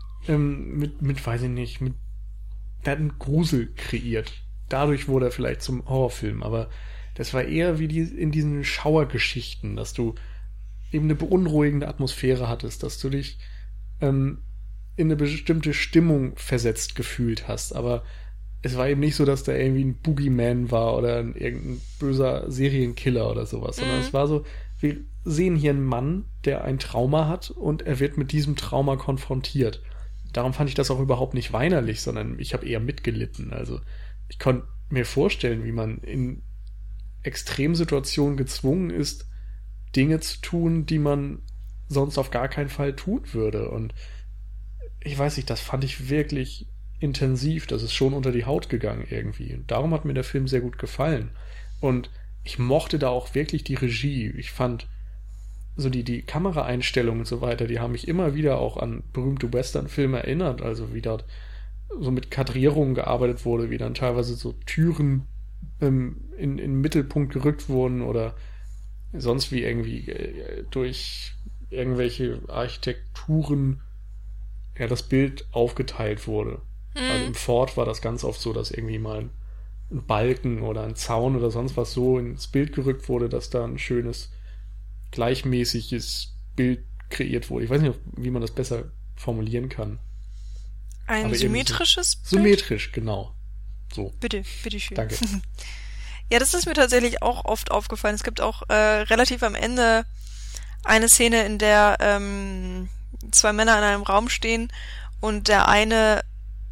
weiß ich nicht, der hat einen Grusel kreiert. Dadurch wurde er vielleicht zum Horrorfilm, aber das war eher wie in diesen Schauergeschichten, dass du eben eine beunruhigende Atmosphäre hattest, dass du dich in eine bestimmte Stimmung versetzt gefühlt hast, aber es war eben nicht so, dass da irgendwie ein Boogeyman war oder irgendein böser Serienkiller oder sowas, sondern es war so, wir sehen hier einen Mann, der ein Trauma hat und er wird mit diesem Trauma konfrontiert. Darum fand ich das auch überhaupt nicht weinerlich, sondern ich habe eher mitgelitten. Also ich konnte mir vorstellen, wie man in Extremsituationen gezwungen ist, Dinge zu tun, die man sonst auf gar keinen Fall tun würde. Und ich weiß nicht, das fand ich wirklich intensiv. Das ist schon unter die Haut gegangen irgendwie. Und darum hat mir der Film sehr gut gefallen. Und ich mochte da auch wirklich die Regie. Ich fand so die Kameraeinstellungen und so weiter, die haben mich immer wieder auch an berühmte Western-Filme erinnert. Also wie dort so mit Kadrierungen gearbeitet wurde, wie dann teilweise so Türen in den Mittelpunkt gerückt wurden oder sonst wie irgendwie durch irgendwelche Architekturen ja das Bild aufgeteilt wurde. Also im Fort war das ganz oft so, dass irgendwie mal ein Balken oder ein Zaun oder sonst was so ins Bild gerückt wurde, dass da ein schönes gleichmäßiges Bild kreiert wurde. Ich weiß nicht, wie man das besser formulieren kann. Ein aber symmetrisches Bild? Symmetrisch, genau. So. Bitteschön. Danke. Ja, das ist mir tatsächlich auch oft aufgefallen. Es gibt auch relativ am Ende eine Szene, in der zwei Männer in einem Raum stehen und der eine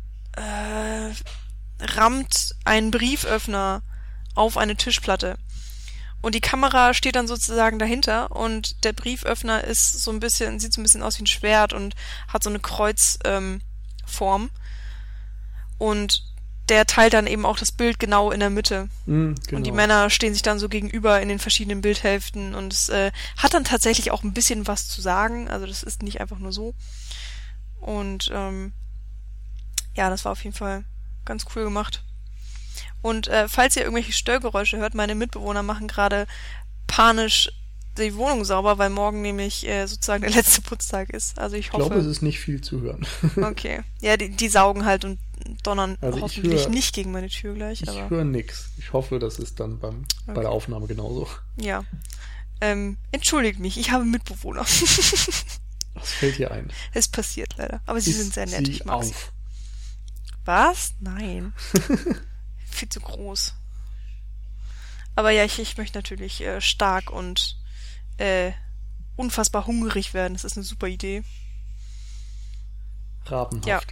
rammt einen Brieföffner auf eine Tischplatte. Und die Kamera steht dann sozusagen dahinter und der Brieföffner ist sieht so ein bisschen aus wie ein Schwert und hat so eine Kreuzform. Und der teilt dann eben auch das Bild genau in der Mitte. Genau. Und die Männer stehen sich dann so gegenüber in den verschiedenen Bildhälften und es hat dann tatsächlich auch ein bisschen was zu sagen. Also das ist nicht einfach nur so. Und ja, das war auf jeden Fall ganz cool gemacht. Und falls ihr irgendwelche Störgeräusche hört, meine Mitbewohner machen gerade panisch die Wohnung sauber, weil morgen nämlich sozusagen der letzte Putztag ist. Also ich hoffe... Ich glaube, es ist nicht viel zu hören. Okay. Ja, die saugen halt und donnern also hoffentlich nicht gegen meine Tür gleich. Ich höre nix. Ich hoffe, das ist dann bei der Aufnahme genauso. Ja. Entschuldigt mich, ich habe Mitbewohner. Was fällt hier ein? Es passiert leider. Aber sie sind sehr nett. Ich mag sie. Auf. Was? Nein. Viel zu groß. Aber ja, ich möchte natürlich stark und unfassbar hungrig werden. Das ist eine super Idee. Rabenhaft. Ja.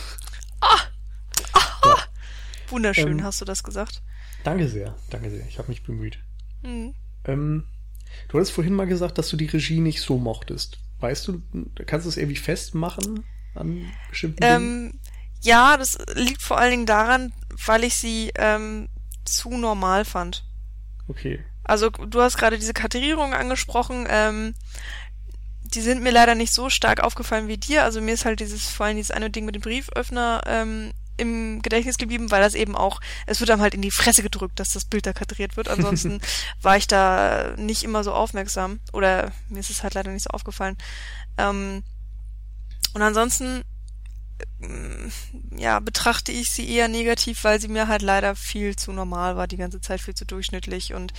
Ja. Wunderschön, hast du das gesagt. Danke sehr. Ich habe mich bemüht. Mhm. Du hattest vorhin mal gesagt, dass du die Regie nicht so mochtest. Weißt du, kannst du es irgendwie festmachen an bestimmten Dingen? Ja, das liegt vor allen Dingen daran, weil ich sie zu normal fand. Okay. Also du hast gerade diese Kartierung angesprochen, die sind mir leider nicht so stark aufgefallen wie dir. Also mir ist halt vor allem dieses eine Ding mit dem Brieföffner im Gedächtnis geblieben, weil das eben auch, es wird einem halt in die Fresse gedrückt, dass das Bild da kartiert wird. Ansonsten war ich da nicht immer so aufmerksam. Oder mir ist es halt leider nicht so aufgefallen. Und ansonsten ja, betrachte ich sie eher negativ, weil sie mir halt leider viel zu normal war, die ganze Zeit viel zu durchschnittlich und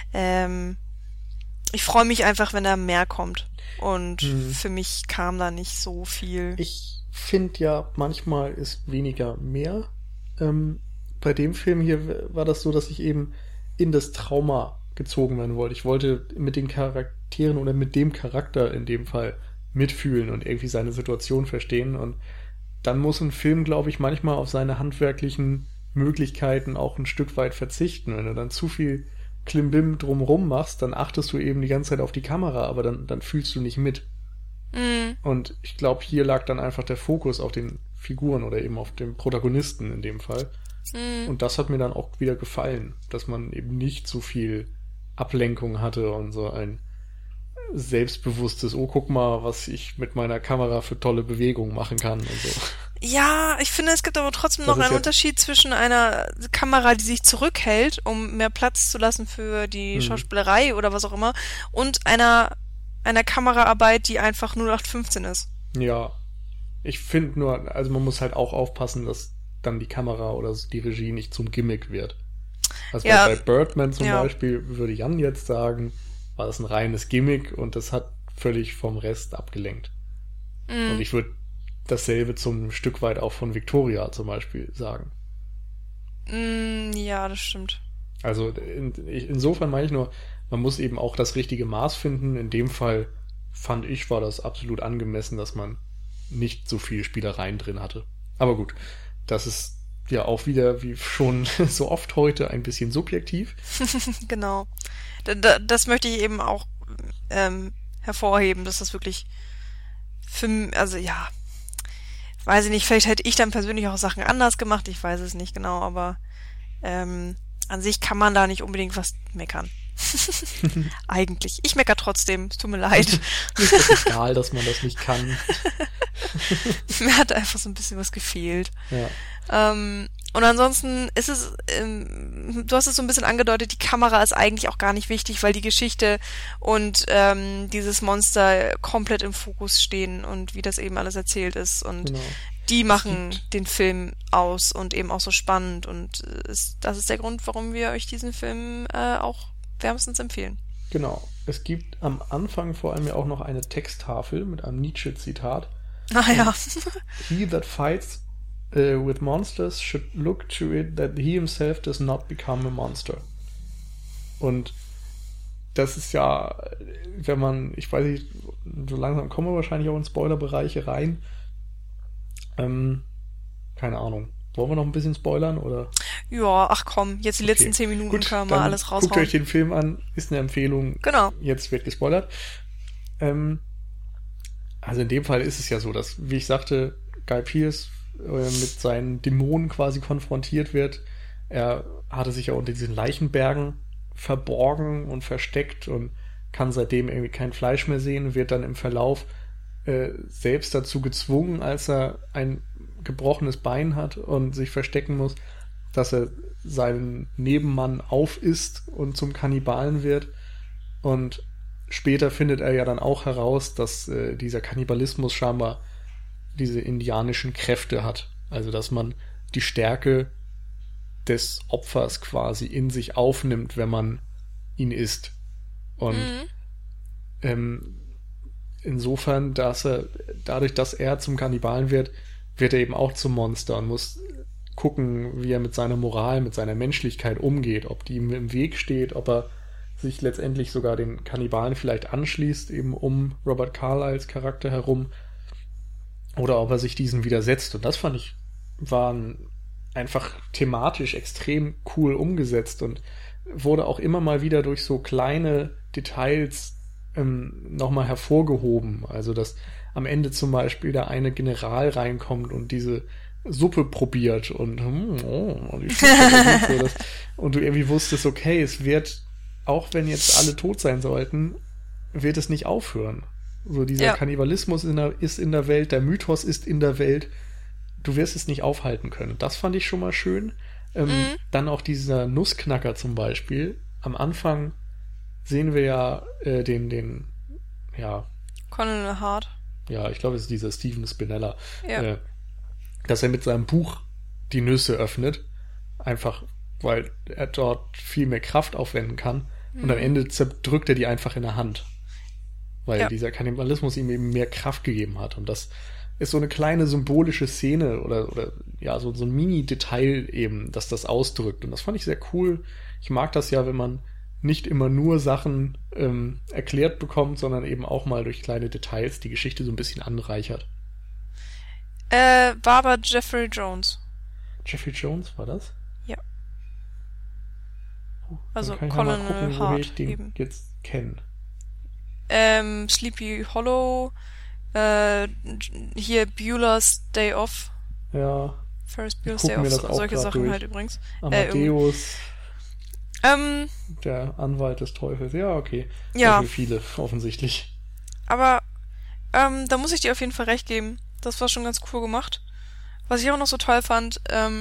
ich freue mich einfach, wenn da mehr kommt und für mich kam da nicht so viel. Ich finde ja, manchmal ist weniger mehr. Bei dem Film hier war das so, dass ich eben in das Trauma gezogen werden wollte. Ich wollte mit den Charakteren oder mit dem Charakter in dem Fall mitfühlen und irgendwie seine Situation verstehen und dann muss ein Film, glaube ich, manchmal auf seine handwerklichen Möglichkeiten auch ein Stück weit verzichten. Wenn du dann zu viel Klimbim drumrum machst, dann achtest du eben die ganze Zeit auf die Kamera, aber dann fühlst du nicht mit. Und ich glaube, hier lag dann einfach der Fokus auf den Figuren oder eben auf dem Protagonisten in dem Fall. Und das hat mir dann auch wieder gefallen, dass man eben nicht so viel Ablenkung hatte und so ein selbstbewusstes, oh, guck mal, was ich mit meiner Kamera für tolle Bewegungen machen kann und so. Ja, ich finde, es gibt aber trotzdem noch einen Unterschied zwischen einer Kamera, die sich zurückhält, um mehr Platz zu lassen für die Schauspielerei oder was auch immer, und einer Kameraarbeit, die einfach 0815 ist. Ja, ich finde nur, also man muss halt auch aufpassen, dass dann die Kamera oder die Regie nicht zum Gimmick wird. Also ja, bei Birdman zum Beispiel, würde Jan jetzt sagen, war das ein reines Gimmick und das hat völlig vom Rest abgelenkt. Und ich würde dasselbe zum Stück weit auch von Victoria zum Beispiel sagen. Ja, das stimmt. Also insofern meine ich nur, man muss eben auch das richtige Maß finden. In dem Fall fand ich, war das absolut angemessen, dass man nicht so viel Spielereien drin hatte. Aber gut, das ist ja auch wieder, wie schon so oft heute, ein bisschen subjektiv. Genau. Das möchte ich eben auch hervorheben, dass das wirklich also ja, weiß ich nicht, vielleicht hätte ich dann persönlich auch Sachen anders gemacht, ich weiß es nicht genau, aber an sich kann man da nicht unbedingt was meckern. Eigentlich. Ich meckere trotzdem, es tut mir leid. Ist das egal, dass man das nicht kann. Mir hat einfach so ein bisschen was gefehlt. Ja. Und ansonsten ist es, du hast es so ein bisschen angedeutet, die Kamera ist eigentlich auch gar nicht wichtig, weil die Geschichte und dieses Monster komplett im Fokus stehen und wie das eben alles erzählt ist. Und Genau. Die machen den Film aus und eben auch so spannend. Und das ist der Grund, warum wir euch diesen Film auch wärmstens empfehlen. Genau. Es gibt am Anfang vor allem ja auch noch eine Texttafel mit einem Nietzsche-Zitat. Ah ja. He that fights with monsters should look to it that he himself does not become a monster. Und das ist ja, wenn man, ich weiß nicht, so langsam kommen wir wahrscheinlich auch in Spoilerbereiche rein. Keine Ahnung. Wollen wir noch ein bisschen spoilern, oder? Ja, ach komm, jetzt die letzten 10 Minuten Gut, können wir alles raushauen. Guckt euch den Film an, ist eine Empfehlung. Genau. Jetzt wird gespoilert. Also in dem Fall ist es ja so, dass, wie ich sagte, Guy Pearce mit seinen Dämonen quasi konfrontiert wird. Er hatte sich ja unter diesen Leichenbergen verborgen und versteckt und kann seitdem irgendwie kein Fleisch mehr sehen, wird dann im Verlauf selbst dazu gezwungen, als er ein gebrochenes Bein hat und sich verstecken muss, dass er seinen Nebenmann aufisst und zum Kannibalen wird. Und später findet er ja dann auch heraus, dass dieser Kannibalismus scheinbar diese indianischen Kräfte hat. Also, dass man die Stärke des Opfers quasi in sich aufnimmt, wenn man ihn isst. Und insofern, dadurch, dass er zum Kannibalen wird er eben auch zum Monster und muss gucken, wie er mit seiner Moral, mit seiner Menschlichkeit umgeht, ob die ihm im Weg steht, ob er sich letztendlich sogar den Kannibalen vielleicht anschließt, eben um Robert Carlyles Charakter herum, oder ob er sich diesen widersetzt. Und das fand ich, waren einfach thematisch extrem cool umgesetzt und wurde auch immer mal wieder durch so kleine Details nochmal hervorgehoben. Also, dass am Ende zum Beispiel der eine General reinkommt und diese Suppe probiert und und du irgendwie wusstest, okay, es wird, auch wenn jetzt alle tot sein sollten, wird es nicht aufhören. So dieser Kannibalismus ist in der Welt, der Mythos ist in der Welt, du wirst es nicht aufhalten können. Das fand ich schon mal schön. Dann auch dieser Nussknacker zum Beispiel. Am Anfang sehen wir ja den Colonel Hart. Ja, ich glaube, es ist dieser Steven Spinella. Ja. Dass er mit seinem Buch die Nüsse öffnet. Einfach, weil er dort viel mehr Kraft aufwenden kann. Und am Ende zerdrückt er die einfach in der Hand. Weil dieser Kannibalismus ihm eben mehr Kraft gegeben hat. Und das ist so eine kleine symbolische Szene oder ja, so ein Mini-Detail eben, dass das ausdrückt. Und das fand ich sehr cool. Ich mag das ja, wenn man nicht immer nur Sachen erklärt bekommt, sondern eben auch mal durch kleine Details die Geschichte so ein bisschen anreichert. War aber Jeffrey Jones. Jeffrey Jones war das? Ja. Also Colonel gucken, Hart wo ich den eben. jetzt kenne. Sleepy Hollow, hier Bueller's Day Off. Ja. Ferris Bueller's Day Off, solche Sachen durch. halt übrigens. Amadeus. Der Anwalt des Teufels. Ja, okay. Ja. Sehr viele, offensichtlich. Aber da muss ich dir auf jeden Fall recht geben. Das war schon ganz cool gemacht. Was ich auch noch so toll fand,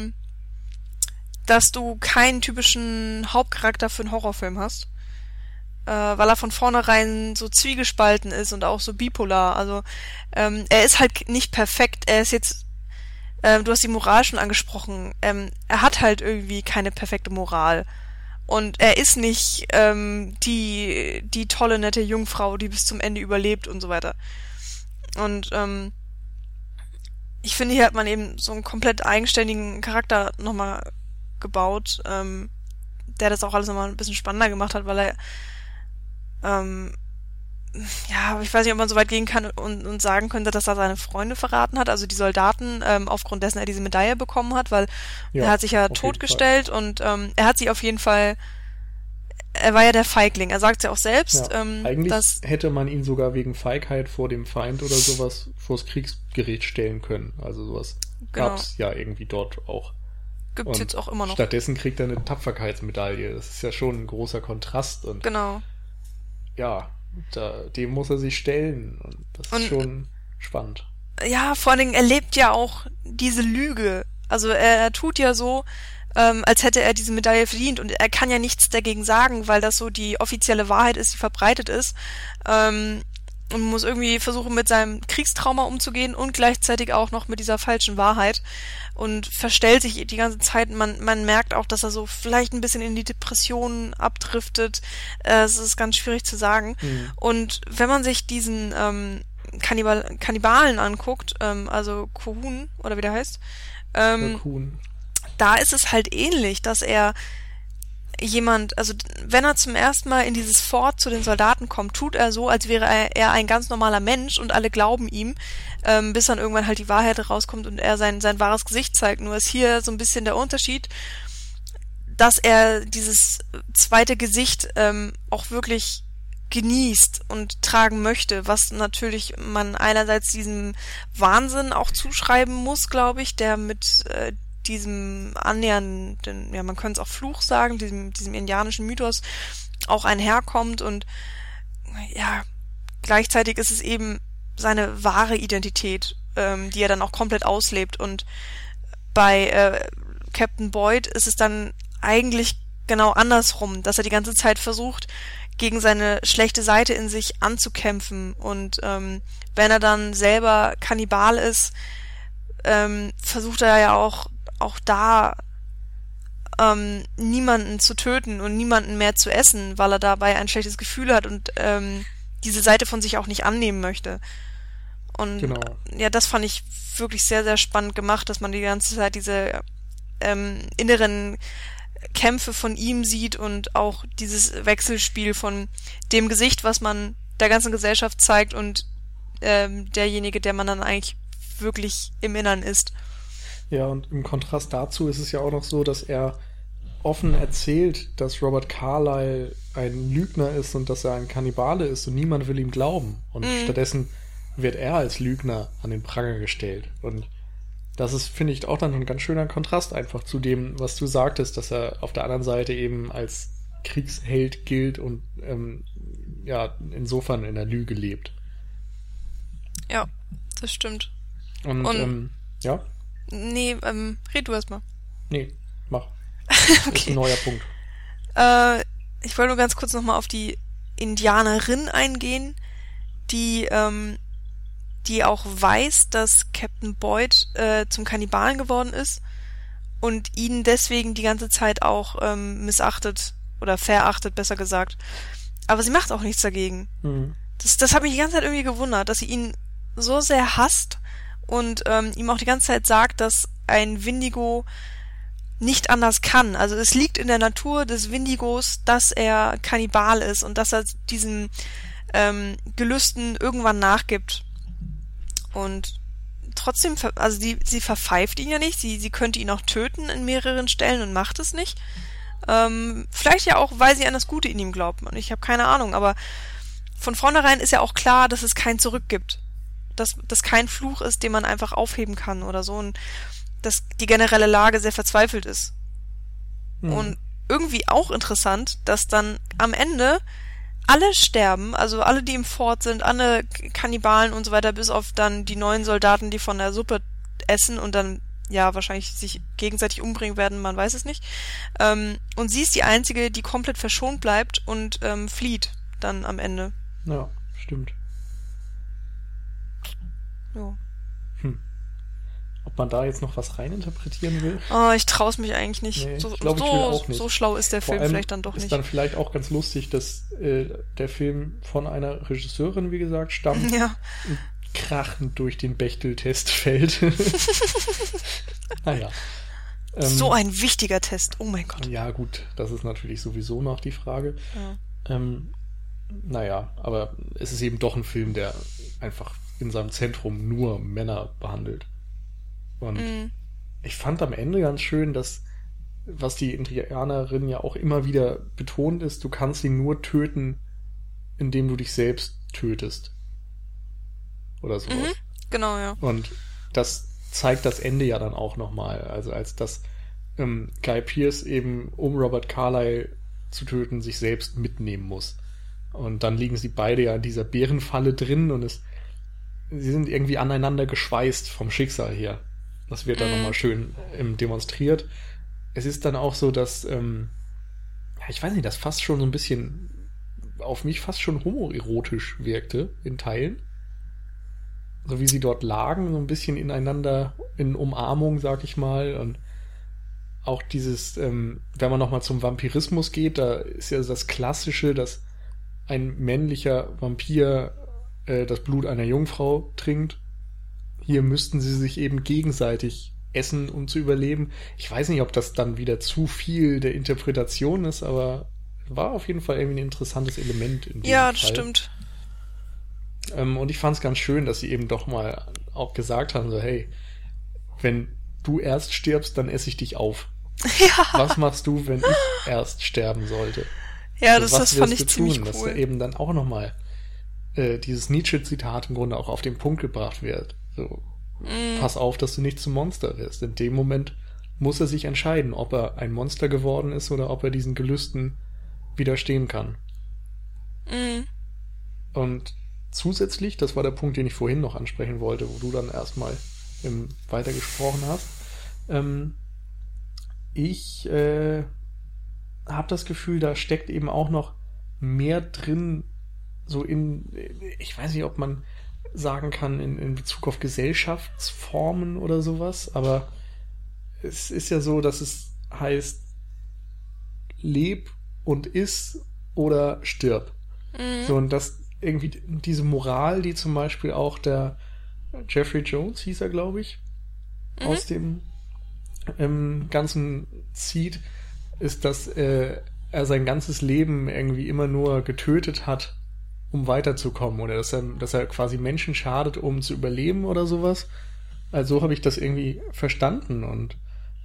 dass du keinen typischen Hauptcharakter für einen Horrorfilm hast. Weil er von vornherein so zwiegespalten ist und auch so bipolar. Also er ist halt nicht perfekt. Er ist jetzt, du hast die Moral schon angesprochen, er hat halt irgendwie keine perfekte Moral. Und er ist nicht die tolle, nette Jungfrau, die bis zum Ende überlebt und so weiter. Und ich finde, hier hat man eben so einen komplett eigenständigen Charakter nochmal gebaut, der das auch alles nochmal ein bisschen spannender gemacht hat, weil er ich weiß nicht, ob man so weit gehen kann und sagen könnte, dass er seine Freunde verraten hat, also die Soldaten, aufgrund dessen er diese Medaille bekommen hat, weil er hat sich ja totgestellt und er hat sie auf jeden Fall, er war ja der Feigling, er sagt es ja auch selbst. Ja, eigentlich hätte man ihn sogar wegen Feigheit vor dem Feind oder sowas vors Kriegsgerät stellen können, also sowas gab's ja irgendwie dort auch. Gibt's jetzt auch immer noch. Stattdessen kriegt er eine Tapferkeitsmedaille, das ist ja schon ein großer Kontrast und ja, dem muss er sich stellen und das ist schon spannend. Ja, vor allen Dingen, er lebt ja auch diese Lüge. Also er tut ja so, als hätte er diese Medaille verdient und er kann ja nichts dagegen sagen, weil das so die offizielle Wahrheit ist, die verbreitet ist. Und muss irgendwie versuchen, mit seinem Kriegstrauma umzugehen und gleichzeitig auch noch mit dieser falschen Wahrheit und verstellt sich die ganze Zeit. Man merkt auch, dass er so vielleicht ein bisschen in die Depression abdriftet. Es ist ganz schwierig zu sagen. Und wenn man sich diesen Kannibalen anguckt, also Kohun, oder wie der heißt, da ist es halt ähnlich, dass er also wenn er zum ersten Mal in dieses Fort zu den Soldaten kommt, tut er so, als wäre er ein ganz normaler Mensch und alle glauben ihm, bis dann irgendwann halt die Wahrheit rauskommt und er sein wahres Gesicht zeigt. Nur ist hier so ein bisschen der Unterschied, dass er dieses zweite Gesicht auch wirklich genießt und tragen möchte, was natürlich man einerseits diesem Wahnsinn auch zuschreiben muss, glaube ich, der mit diesem annähernden, ja, man könnte es auch Fluch sagen, diesem indianischen Mythos auch einherkommt und ja, gleichzeitig ist es eben seine wahre Identität, die er dann auch komplett auslebt und bei Captain Boyd ist es dann eigentlich genau andersrum, dass er die ganze Zeit versucht, gegen seine schlechte Seite in sich anzukämpfen und wenn er dann selber Kannibal ist, versucht er ja auch da niemanden zu töten und niemanden mehr zu essen, weil er dabei ein schlechtes Gefühl hat und diese Seite von sich auch nicht annehmen möchte. Und genau. Ja, das fand ich wirklich sehr, sehr spannend gemacht, dass man die ganze Zeit diese inneren Kämpfe von ihm sieht und auch dieses Wechselspiel von dem Gesicht, was man der ganzen Gesellschaft zeigt und derjenige, der man dann eigentlich wirklich im Innern ist. Ja, und im Kontrast dazu ist es ja auch noch so, dass er offen erzählt, dass Robert Carlyle ein Lügner ist und dass er ein Kannibale ist und niemand will ihm glauben. Und stattdessen wird er als Lügner an den Pranger gestellt. Und das ist, finde ich, auch dann ein ganz schöner Kontrast einfach zu dem, was du sagtest, dass er auf der anderen Seite eben als Kriegsheld gilt und ja, insofern in der Lüge lebt. Ja, das stimmt. Und ja? Nee, red du erst mal. Nee, mach. Okay. Das ist ein neuer Punkt. Ich wollte nur ganz kurz nochmal auf die Indianerin eingehen, die auch weiß, dass Captain Boyd zum Kannibalen geworden ist und ihn deswegen die ganze Zeit auch missachtet oder verachtet, besser gesagt. Aber sie macht auch nichts dagegen. Mhm. Das hat mich die ganze Zeit irgendwie gewundert, dass sie ihn so sehr hasst und ihm auch die ganze Zeit sagt, dass ein Wendigo nicht anders kann. Also es liegt in der Natur des Wendigos, dass er Kannibal ist und dass er diesen Gelüsten irgendwann nachgibt. Und trotzdem, also sie verpfeift ihn ja nicht, sie könnte ihn auch töten in mehreren Stellen und macht es nicht. Vielleicht ja auch, weil sie an das Gute in ihm glaubt. Und ich habe keine Ahnung, aber von vornherein ist ja auch klar, dass es kein Zurück gibt. Dass das kein Fluch ist, den man einfach aufheben kann oder so. Und dass die generelle Lage sehr verzweifelt ist. Mhm. Und irgendwie auch interessant, dass dann am Ende alle sterben, also alle, die im Fort sind, alle Kannibalen und so weiter, bis auf dann die 9 Soldaten, die von der Suppe essen und dann, ja, wahrscheinlich sich gegenseitig umbringen werden, man weiß es nicht. Und sie ist die Einzige, die komplett verschont bleibt und flieht dann am Ende. Ja, stimmt. Jo. Ob man da jetzt noch was reininterpretieren will? Oh, ich trau's mich eigentlich nicht. Nee, ich will auch nicht. So schlau ist der Film vielleicht dann doch nicht. Ist dann vielleicht auch ganz lustig, dass der Film von einer Regisseurin, wie gesagt, stammt ja. und krachend durch den Bechdel-Test fällt. Naja. So ein wichtiger Test, oh mein Gott. Ja gut, das ist natürlich sowieso noch die Frage. Ja. Naja, aber es ist eben doch ein Film, der einfach in seinem Zentrum nur Männer behandelt. Und ich fand am Ende ganz schön, dass, was die Indianerin ja auch immer wieder betont ist, du kannst sie nur töten, indem du dich selbst tötest. Oder sowas. Mhm, genau, ja. Und das zeigt das Ende ja dann auch nochmal. Also als das Guy Pearce eben, um Robert Carlyle zu töten, sich selbst mitnehmen muss. Und dann liegen sie beide ja in dieser Bärenfalle drin und sie sind irgendwie aneinander geschweißt vom Schicksal her. Das wird dann nochmal schön demonstriert. Es ist dann auch so, dass, ich weiß nicht, das fast schon so ein bisschen auf mich fast schon homoerotisch wirkte in Teilen. So wie sie dort lagen, so ein bisschen ineinander, in Umarmung, sag ich mal. Und auch dieses, wenn man nochmal zum Vampirismus geht, da ist ja das Klassische, dass ein männlicher Vampir das Blut einer Jungfrau trinkt. Hier müssten sie sich eben gegenseitig essen, um zu überleben. Ich weiß nicht, ob das dann wieder zu viel der Interpretation ist, aber war auf jeden Fall irgendwie ein interessantes Element in diesem Fall. Das stimmt. Und ich fand es ganz schön, dass sie eben doch mal auch gesagt haben, so, hey, wenn du erst stirbst, dann esse ich dich auf. Ja. Was machst du, wenn ich erst sterben sollte? Ja, also, das fand ich ziemlich cool. Dass da eben dann auch nochmal dieses Nietzsche-Zitat im Grunde auch auf den Punkt gebracht wird. So, pass auf, dass du nicht zum Monster wirst. In dem Moment muss er sich entscheiden, ob er ein Monster geworden ist oder ob er diesen Gelüsten widerstehen kann. Und zusätzlich, das war der Punkt, den ich vorhin noch ansprechen wollte, wo du dann erstmal weitergesprochen hast, ich habe das Gefühl, da steckt eben auch noch mehr drin, so ich weiß nicht, ob man sagen kann, in Bezug auf Gesellschaftsformen oder sowas, aber es ist ja so, dass es heißt, leb und iss oder stirb. So, und das irgendwie diese Moral, die zum Beispiel auch der Jeffrey Jones, hieß er, glaube ich, aus dem Ganzen zieht, ist, dass er sein ganzes Leben irgendwie immer nur getötet hat, um weiterzukommen, oder dass er quasi Menschen schadet, um zu überleben oder sowas. Also so habe ich das irgendwie verstanden, und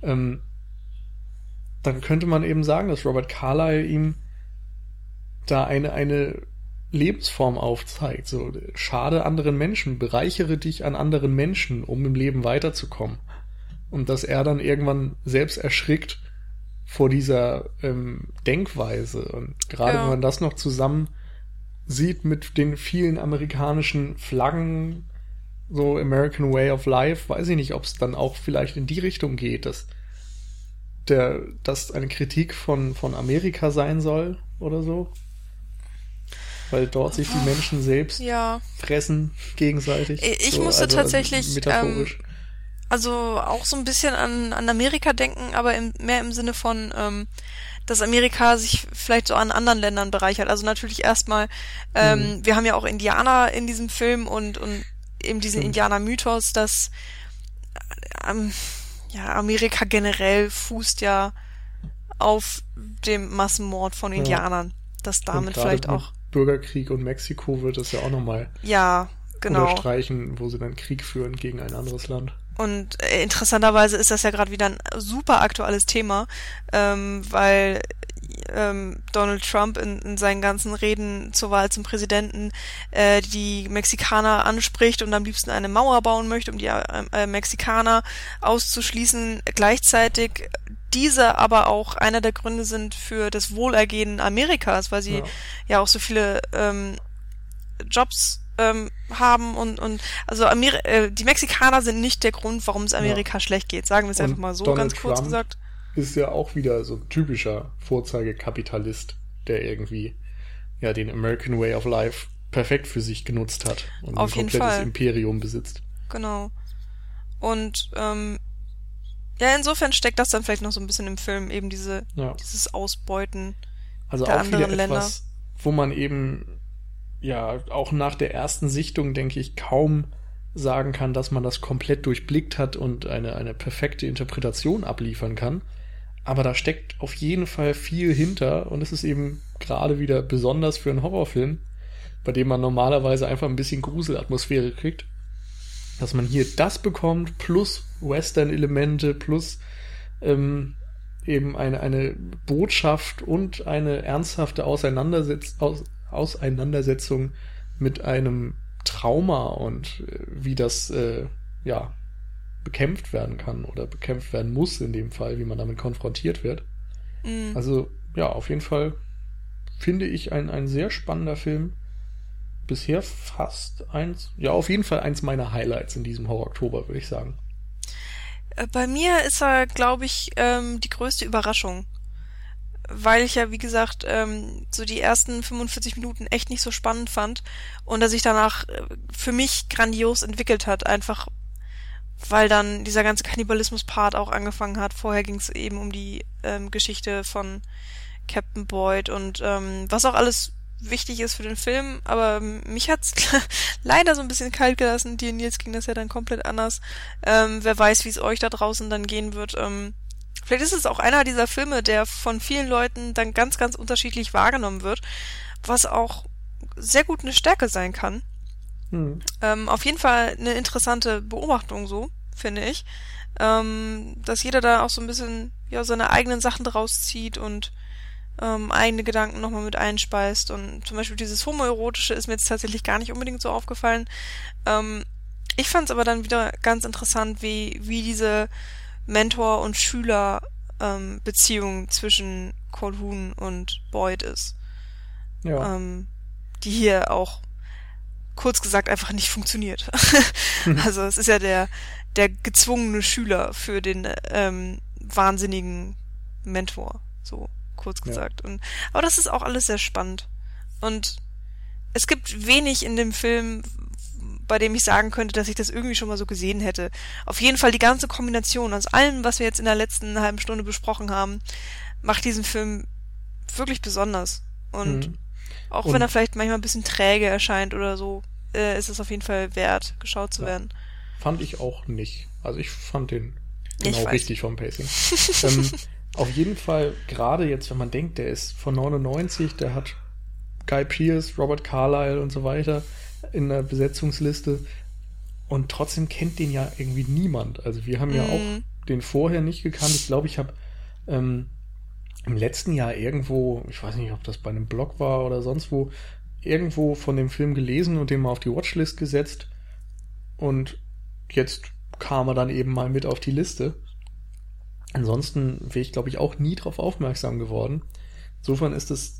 dann könnte man eben sagen, dass Robert Carlyle ihm da eine Lebensform aufzeigt. So, schade anderen Menschen, bereichere dich an anderen Menschen, um im Leben weiterzukommen. Und dass er dann irgendwann selbst erschrickt vor dieser Denkweise. Und gerade wenn man das noch zusammen sieht mit den vielen amerikanischen Flaggen, so American Way of Life, weiß ich nicht, ob es dann auch vielleicht in die Richtung geht, dass das eine Kritik von Amerika sein soll oder so. Weil dort sich die Menschen selbst fressen gegenseitig. Ich so, musste tatsächlich metaphorisch. Also auch so ein bisschen an Amerika denken, aber mehr im Sinne von, dass Amerika sich vielleicht so an anderen Ländern bereichert. Also natürlich erstmal, wir haben ja auch Indianer in diesem Film und eben diesen Indianer-Mythos, dass Amerika generell fußt ja auf dem Massenmord von Indianern. Dass damit vielleicht auch Bürgerkrieg und Mexiko wird das ja auch nochmal unterstreichen, wo sie dann Krieg führen gegen ein anderes Land. Und interessanterweise ist das ja gerade wieder ein super aktuelles Thema, weil Donald Trump in seinen ganzen Reden zur Wahl zum Präsidenten die Mexikaner anspricht und am liebsten eine Mauer bauen möchte, um die Mexikaner auszuschließen. Gleichzeitig diese aber auch einer der Gründe sind für das Wohlergehen Amerikas, weil sie ja auch so viele Jobs haben und also die Mexikaner sind nicht der Grund, warum es Amerika schlecht geht. Sagen wir es einfach mal so, Donald ganz kurz Trump gesagt. Ist ja auch wieder so ein typischer Vorzeigekapitalist, der irgendwie den American Way of Life perfekt für sich genutzt hat und auf ein jeden komplettes Fall. Imperium besitzt. Genau. Und insofern steckt das dann vielleicht noch so ein bisschen im Film, eben dieses Ausbeuten also der auch anderen wieder Länder. Etwas, wo man eben auch nach der ersten Sichtung, denke ich, kaum sagen kann, dass man das komplett durchblickt hat und eine perfekte Interpretation abliefern kann. Aber da steckt auf jeden Fall viel hinter, und es ist eben gerade wieder besonders für einen Horrorfilm, bei dem man normalerweise einfach ein bisschen Gruselatmosphäre kriegt, dass man hier das bekommt, plus Western-Elemente, plus eben eine Botschaft und eine ernsthafte Auseinandersetzung mit einem Trauma und wie das bekämpft werden kann oder bekämpft werden muss in dem Fall, wie man damit konfrontiert wird. Also auf jeden Fall finde ich ein sehr spannender Film. Bisher auf jeden Fall eins meiner Highlights in diesem Horror-Oktober, würde ich sagen. Bei mir ist er, glaube ich, die größte Überraschung. Weil ich ja, wie gesagt, so die ersten 45 Minuten echt nicht so spannend fand und er sich danach für mich grandios entwickelt hat, einfach weil dann dieser ganze Kannibalismus-Part auch angefangen hat. Vorher ging es eben um die Geschichte von Captain Boyd und was auch alles wichtig ist für den Film, aber mich hat's leider so ein bisschen kalt gelassen. Dir, Nils, ging das ja dann komplett anders. Wer weiß, wie es euch da draußen dann gehen wird. Vielleicht ist es auch einer dieser Filme, der von vielen Leuten dann ganz, ganz unterschiedlich wahrgenommen wird, was auch sehr gut eine Stärke sein kann. Auf jeden Fall eine interessante Beobachtung so, finde ich. Dass jeder da auch so ein bisschen seine eigenen Sachen draus zieht und eigene Gedanken nochmal mit einspeist. Und zum Beispiel dieses Homoerotische ist mir jetzt tatsächlich gar nicht unbedingt so aufgefallen. Ich fand es aber dann wieder ganz interessant, wie diese Mentor- und Schüler-Beziehung zwischen Calhoun und Boyd ist. Ja. Die hier auch kurz gesagt einfach nicht funktioniert. Also es ist ja der gezwungene Schüler für den wahnsinnigen Mentor, so kurz gesagt. Ja. Aber das ist auch alles sehr spannend. Und es gibt wenig in dem Film, bei dem ich sagen könnte, dass ich das irgendwie schon mal so gesehen hätte. Auf jeden Fall die ganze Kombination aus allem, was wir jetzt in der letzten halben Stunde besprochen haben, macht diesen Film wirklich besonders. Und auch wenn er vielleicht manchmal ein bisschen träge erscheint oder so, ist es auf jeden Fall wert, geschaut zu werden. Fand ich auch nicht. Also ich fand den genau richtig vom Pacing. Auf jeden Fall, gerade jetzt, wenn man denkt, der ist von 99, der hat Guy Pearce, Robert Carlyle und so weiter in der Besetzungsliste und trotzdem kennt den ja irgendwie niemand. Also wir haben ja auch den vorher nicht gekannt. Ich glaube, ich habe im letzten Jahr irgendwo, ich weiß nicht, ob das bei einem Blog war oder sonst wo, irgendwo von dem Film gelesen und den mal auf die Watchlist gesetzt und jetzt kam er dann eben mal mit auf die Liste. Ansonsten wäre ich, glaube ich, auch nie drauf aufmerksam geworden. Insofern ist es,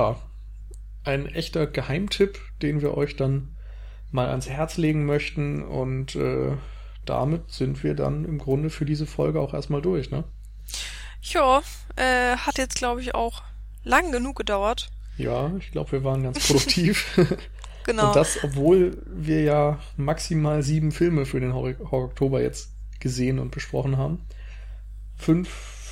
ein echter Geheimtipp, den wir euch dann mal ans Herz legen möchten und damit sind wir dann im Grunde für diese Folge auch erstmal durch, ne? Ja, hat jetzt, glaube ich, auch lang genug gedauert. Ja, ich glaube, wir waren ganz produktiv. Genau. Und das, obwohl wir ja maximal 7 Filme für den Horror-Oktober jetzt gesehen und besprochen haben. 6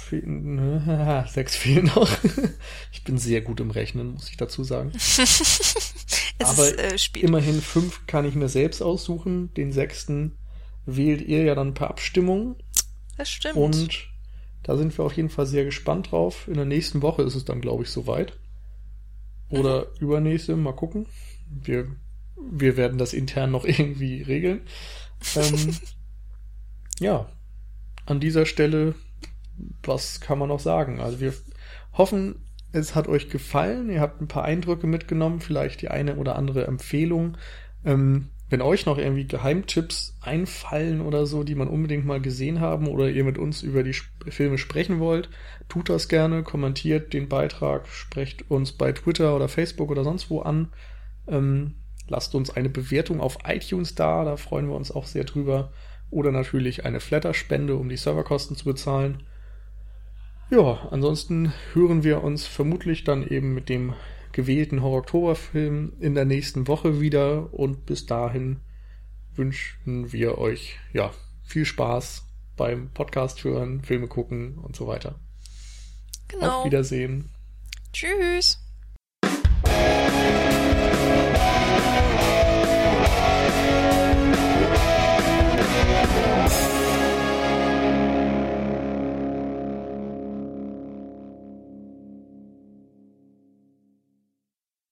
fehlen noch. Ich bin sehr gut im Rechnen, muss ich dazu sagen. Aber immerhin 5 kann ich mir selbst aussuchen. Den 6. wählt ihr ja dann per Abstimmung. Das stimmt. Und da sind wir auf jeden Fall sehr gespannt drauf. In der nächsten Woche ist es dann, glaube ich, soweit. Oder übernächste, mal gucken. Wir werden das intern noch irgendwie regeln. An dieser Stelle, was kann man noch sagen? Also wir hoffen, es hat euch gefallen. Ihr habt ein paar Eindrücke mitgenommen, vielleicht die eine oder andere Empfehlung. Wenn euch noch irgendwie Geheimtipps einfallen oder so, die man unbedingt mal gesehen haben oder ihr mit uns über die Filme sprechen wollt, tut das gerne, kommentiert den Beitrag, sprecht uns bei Twitter oder Facebook oder sonst wo an. Lasst uns eine Bewertung auf iTunes da freuen wir uns auch sehr drüber. Oder natürlich eine Flatter-Spende, um die Serverkosten zu bezahlen. Ja, ansonsten hören wir uns vermutlich dann eben mit dem gewählten Horror-Oktober-Film in der nächsten Woche wieder und bis dahin wünschen wir euch viel Spaß beim Podcast hören, Filme gucken und so weiter. Genau. Auf Wiedersehen. Tschüss.